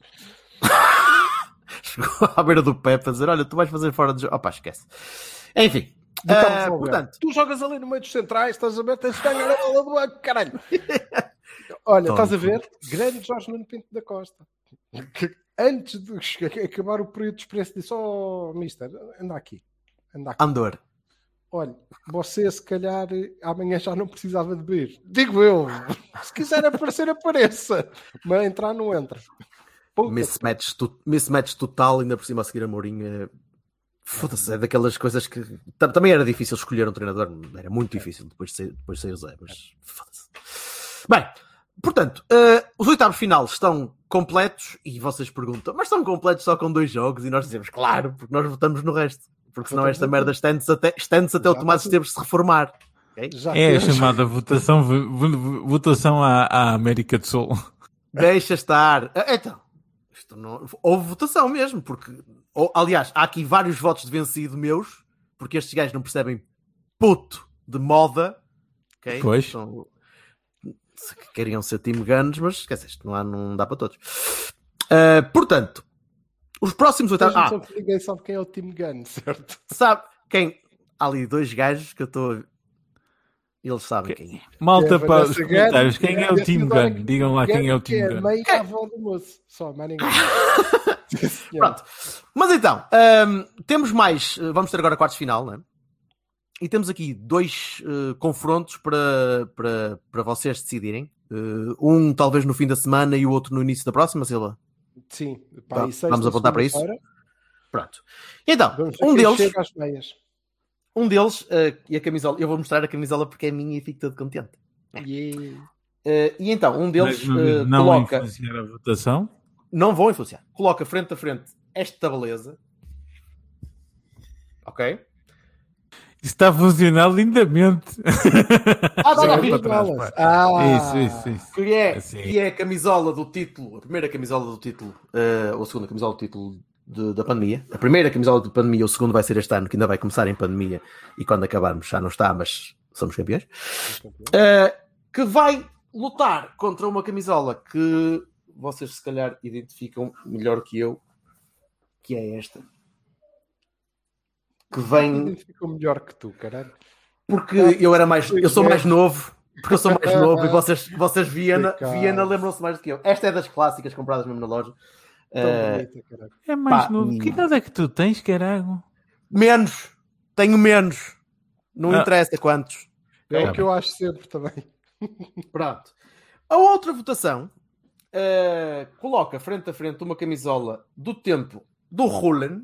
Chegou à beira do Pepe a dizer: olha, tu vais fazer fora de jogo. Opa, esquece. Enfim, Portanto, tu jogas ali no meio dos centrais, estás a ver, tens de ganhar a bola do banco, caralho. Olha, estás a ver? Grande Jorge Nuno Pinto da Costa. Que antes de acabar o período de experiência disse, mister, anda aqui. Andor. Olha, você se calhar amanhã já não precisava de vir. Digo eu. Se quiser aparecer, apareça. Mas entrar, não entra. Mismatch total, ainda por cima a seguir a Mourinho. Foda-se, é daquelas coisas que também era difícil escolher um treinador, era muito difícil depois de sair o Zé, mas foda-se. Bem, portanto, os oitavos final estão completos e vocês perguntam, mas estão completos só com 2 jogos? E nós dizemos, claro, porque nós votamos no resto, porque senão esta merda estende-se até o Tomás Esteves se reformar. Okay? É a chamada votação à América do Sul. Deixa estar. Então, isto não... houve votação mesmo, porque... aliás, há aqui vários votos de vencido meus, porque estes gajos não percebem puto de moda. Okay? Pois. Então, queriam ser Team Guns, mas quer dizer, isto não dá para todos. Portanto, os próximos oitavos... Ninguém sabe quem é o Team Gun, certo? Sabe quem? Há ali 2 gajos que eu estou... Eles sabem quem é. Malta para os comentários, quem é o Team Gun? Digam lá quem é o Team Gun. É meio avó do moço. Só, mais ninguém. Pronto. Mas então, temos mais... Vamos ter agora quartos de final, não é? E temos aqui 2 confrontos para vocês decidirem. Um talvez no fim da semana e o outro no início da próxima, Silva. Sim. Vamos apontar para isso? Pronto. Então, um deles, e a camisola, eu vou mostrar a camisola porque é minha e fico todo contente. Yeah. E então, um deles não coloca... influenciar a votação? Não vão influenciar. Coloca frente a frente esta beleza. Ok? Isso está a funcionar lindamente. Isso. Que é a camisola do título, a primeira camisola do título, ou a segunda camisola do título da pandemia. A primeira camisola de pandemia, o segundo vai ser este ano, que ainda vai começar em pandemia, e quando acabarmos já não está, mas somos campeões. Que vai lutar contra uma camisola que vocês se calhar identificam melhor que eu, que é esta. Que vem... Identificam melhor que tu, caralho. Porque eu sou mais novo. Porque eu sou mais novo e vocês Viena lembram-se mais do que eu. Esta é das clássicas compradas mesmo na loja. É mais novo. Que idade é que tu tens, caralho? Menos. Tenho menos. Não interessa quantos. É o que eu acho sempre também. Pronto. A outra votação coloca frente a frente uma camisola do tempo do Rulen.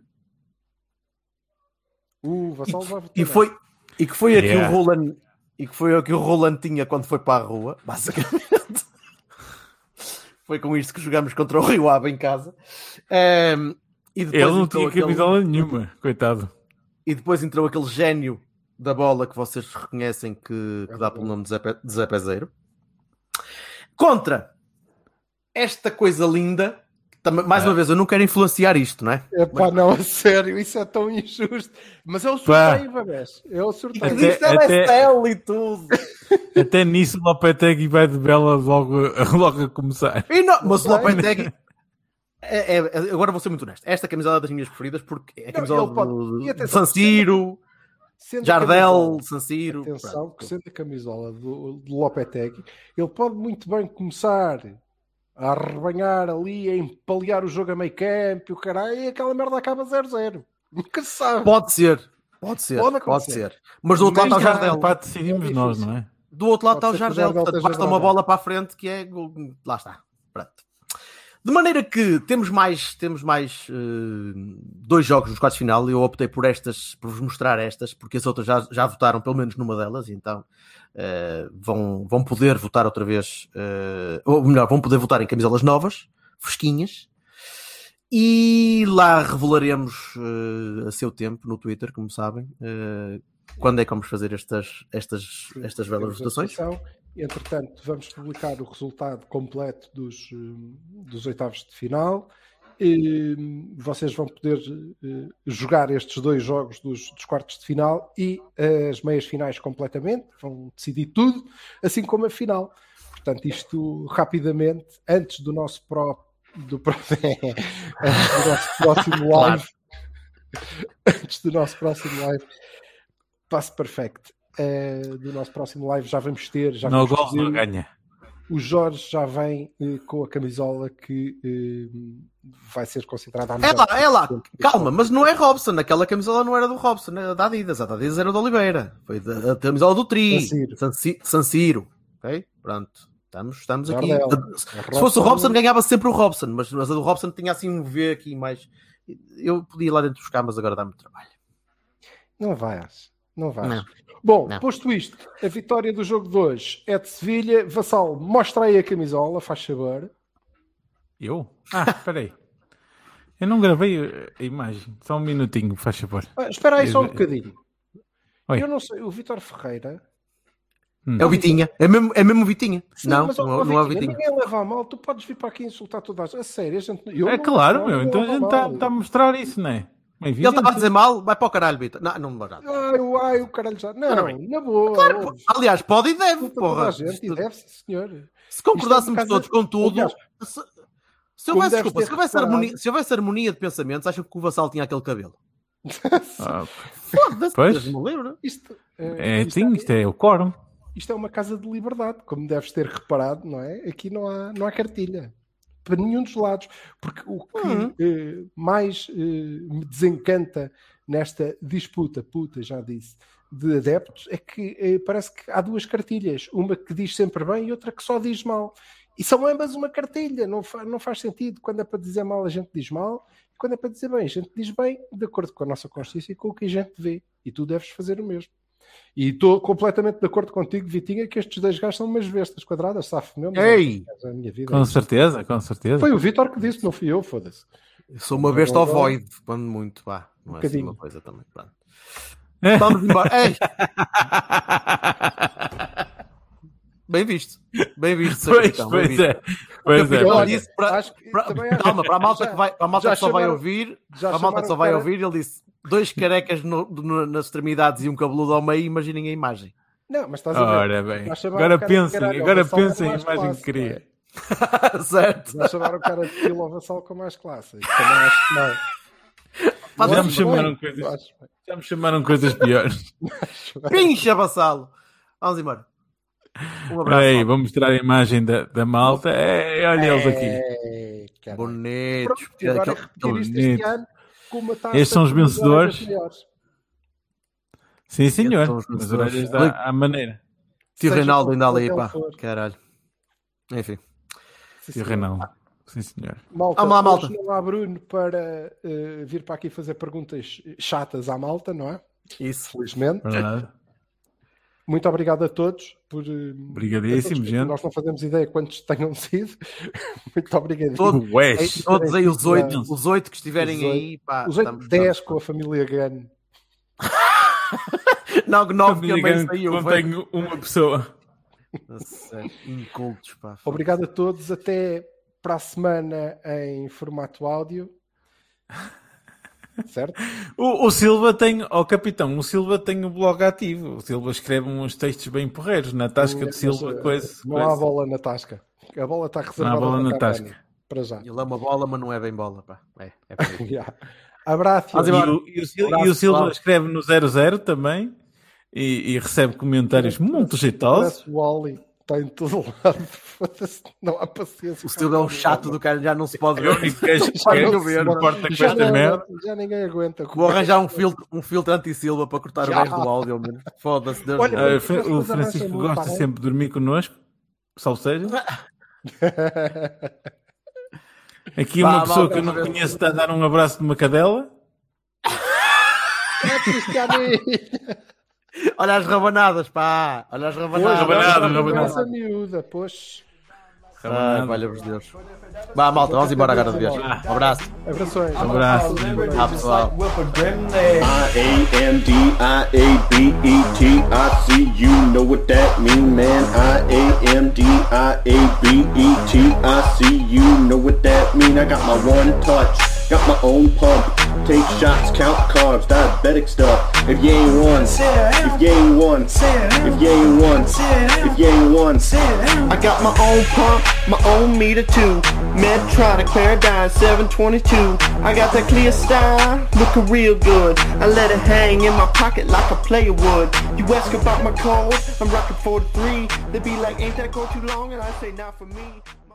E que foi aqui o Roland, e que foi o que o Roland tinha quando foi para a rua, basicamente. Foi com isto que jogamos contra o Rio Ave em casa. E depois ele não tinha camisola nenhuma, coitado. E depois entrou aquele gênio da bola que vocês reconhecem que dá pelo nome de Zé Peseiro. Contra esta coisa linda. Mais uma vez, eu não quero influenciar isto, não é? Não, a sério, isso é tão injusto. Mas é o sorteio, Babés. É o sorteio. Isto é céu e tudo. Até nisso o Lopetegui vai de bela logo a começar. Mas o Lopetegui... agora vou ser muito honesto. Esta camisola é das minhas preferidas porque é a camisola de San Siro, Jardel, San Siro. Atenção, que sendo a camisola do Lopetegui, ele pode muito bem começar... a arrebanhar ali, a empalhar o jogo a meio campo, o caralho, e aquela merda acaba 0-0. Nunca se sabe. Pode ser. Mas do outro lado está o Jardel. Decidimos nós, não é? Do outro lado está o Jardel. Portanto, basta uma bola para a frente que é... Lá está. Pronto. De maneira que temos mais 2 jogos nos quartos de final. Eu optei por vos mostrar estas, porque as outras já votaram pelo menos numa delas, então vão poder votar outra vez, ou melhor, vão poder votar em camisolas novas, fresquinhas, e lá revelaremos a seu tempo no Twitter, como sabem, quando é que vamos fazer estas belas votações. Entretanto, vamos publicar o resultado completo dos oitavos de final. Vocês vão poder jogar estes 2 jogos dos quartos de final e as meias finais completamente. Vão decidir tudo, assim como a final. Portanto, isto rapidamente, antes do nosso próximo live. Antes do nosso próximo live. passe perfect do nosso próximo live. Já vamos ter. Já Não vamos gosto, não ganha. O Jorge já vem com a camisola que vai ser considerada a melhor. É lá. Calma, mas não é Robson. Aquela camisola não era do Robson, era da Adidas. A da Adidas era do Oliveira. Foi a camisola do Tri. San Siro. Ok? Pronto. Estamos aqui. Se fosse o Robson, ganhava sempre o Robson. Mas a do Robson tinha assim um V aqui mais... Eu podia ir lá dentro buscar, mas agora dá-me trabalho. Não vais. Não. Bom, posto isto, a vitória do jogo de hoje é de Sevilha. Vassal, mostra aí a camisola, faz favor. Eu? Espera aí. Eu não gravei a imagem. Só um minutinho, faz favor. Espera aí só um bocadinho. Oi. Eu não sei, o Vítor Ferreira... É o Vitinha. É mesmo o Vitinha. Sim, não não é o Vitinha. Ninguém leva a mal. Tu podes vir para aqui insultar toda a gente. A sério, claro, meu. Então a gente está a mostrar isso, não é? Ele estava a dizer mal, vai para o caralho, Vitor. Não vai nada. Ai, o caralho já. Não, na boa. Claro, aliás, pode e deve, porra. Gente, e deve, sim, senhor. Se concordássemos todos com tudo, se houvesse harmonia de pensamentos, acho que o Vassal tinha aquele cabelo. Pois. Não lembro. Isto é o quórum. Isto é uma casa de liberdade, como deves ter reparado, não é? Aqui não há cartilha. Para nenhum dos lados. Porque o que mais me desencanta nesta disputa, já disse, de adeptos, é que parece que há duas cartilhas. Uma que diz sempre bem e outra que só diz mal. E são ambas uma cartilha. Não faz sentido. Quando é para dizer mal, a gente diz mal. E quando é para dizer bem, a gente diz bem, de acordo com a nossa consciência e com o que a gente vê. E tu deves fazer o mesmo. E estou completamente de acordo contigo, Vitinha, que estes dois gajos são umas bestas quadradas, safo meu. Ei! É a minha vida. Com certeza. Foi o Vítor que disse, não fui eu, foda-se. Eu sou uma besta ao void, quando muito, vá. Não é assim uma coisa também. Pronto. Vamos embora. Ei! Bem visto, Pois é. Calma, para a malta que só vai ouvir, ele disse 2 carecas nas extremidades e um cabeludo ao meio, imaginem a imagem. Não, mas estás a ver. Ora bem, agora pensem a imagem que queria. Certo. Já chamaram o cara de Kilo ao Vassal com mais classe. Também acho que não. Já me chamaram coisas piores. Pincha, Vassalo. Vamos embora. Um abraço. Aí, vou mostrar a imagem da malta. Olha eles aqui. Bonitos. Estes são os vencedores. Sim, senhor. As orelhas à maneira. Tio Reinaldo ainda ali, pá. Caralho. Enfim. Tio Reinaldo. Sim, senhor. Malta. Não há Bruno para vir para aqui fazer perguntas chatas à malta, não é? Isso. Felizmente. Verdade. Muito obrigado a todos por. Obrigadíssimo, gente. Nós não fazemos ideia quantos tenham sido. Muito obrigado. Todos aí, os 8 que estiverem aí. Pá, os 8, 10 com a família Gun. Não, 9 também saiu. Não tenho uma pessoa. Incultos, pá. Obrigado a todos. Até para a semana em formato áudio. Certo? O Silva tem, capitão, o Silva tem o blog ativo. O Silva escreve uns textos bem porreiros na tasca de Silva. Não há bola na tasca. A bola está reservada. Não há bola na tasca. Para já. Ele é uma bola, mas não é bem bola. Pá. É para yeah. Abraço. E o Silva escreve no 00 também e recebe comentários muito jeitosos. O Wally está em todo lado. Não há paciência. O Silva é um chato do cara, já não se pode ver. Já ninguém aguenta. Vou arranjar um filtro anti-Silva para cortar o resto do áudio. Foda-se. O Francisco gosta sempre de dormir connosco. Salve seja. Aqui uma pessoa que eu não conheço está a dar um abraço de uma cadela. Olha as rabanadas, pá. Olha as rabanadas. Essa miúda, pois. Ai, valha-vos Deus. Vá, malta, vamos embora agora de viagem. Um abraço. Abrações. Abraço. Pessoal. IAMDIABETIC, you know what that mean, man. IAMDIABETIC, you know what that mean. I got my one touch. Got my own pump. Take shots, count carbs, diabetic stuff. If you ain't one, if you ain't one, if you ain't one, if you ain't one. I got my own pump, my own meter too. Medtronic Paradigm 722. I got that clear style, looking real good. I let it hang in my pocket like a player would. You ask about my code, I'm rocking 43. They be like, ain't that code too long? And I say, not for me.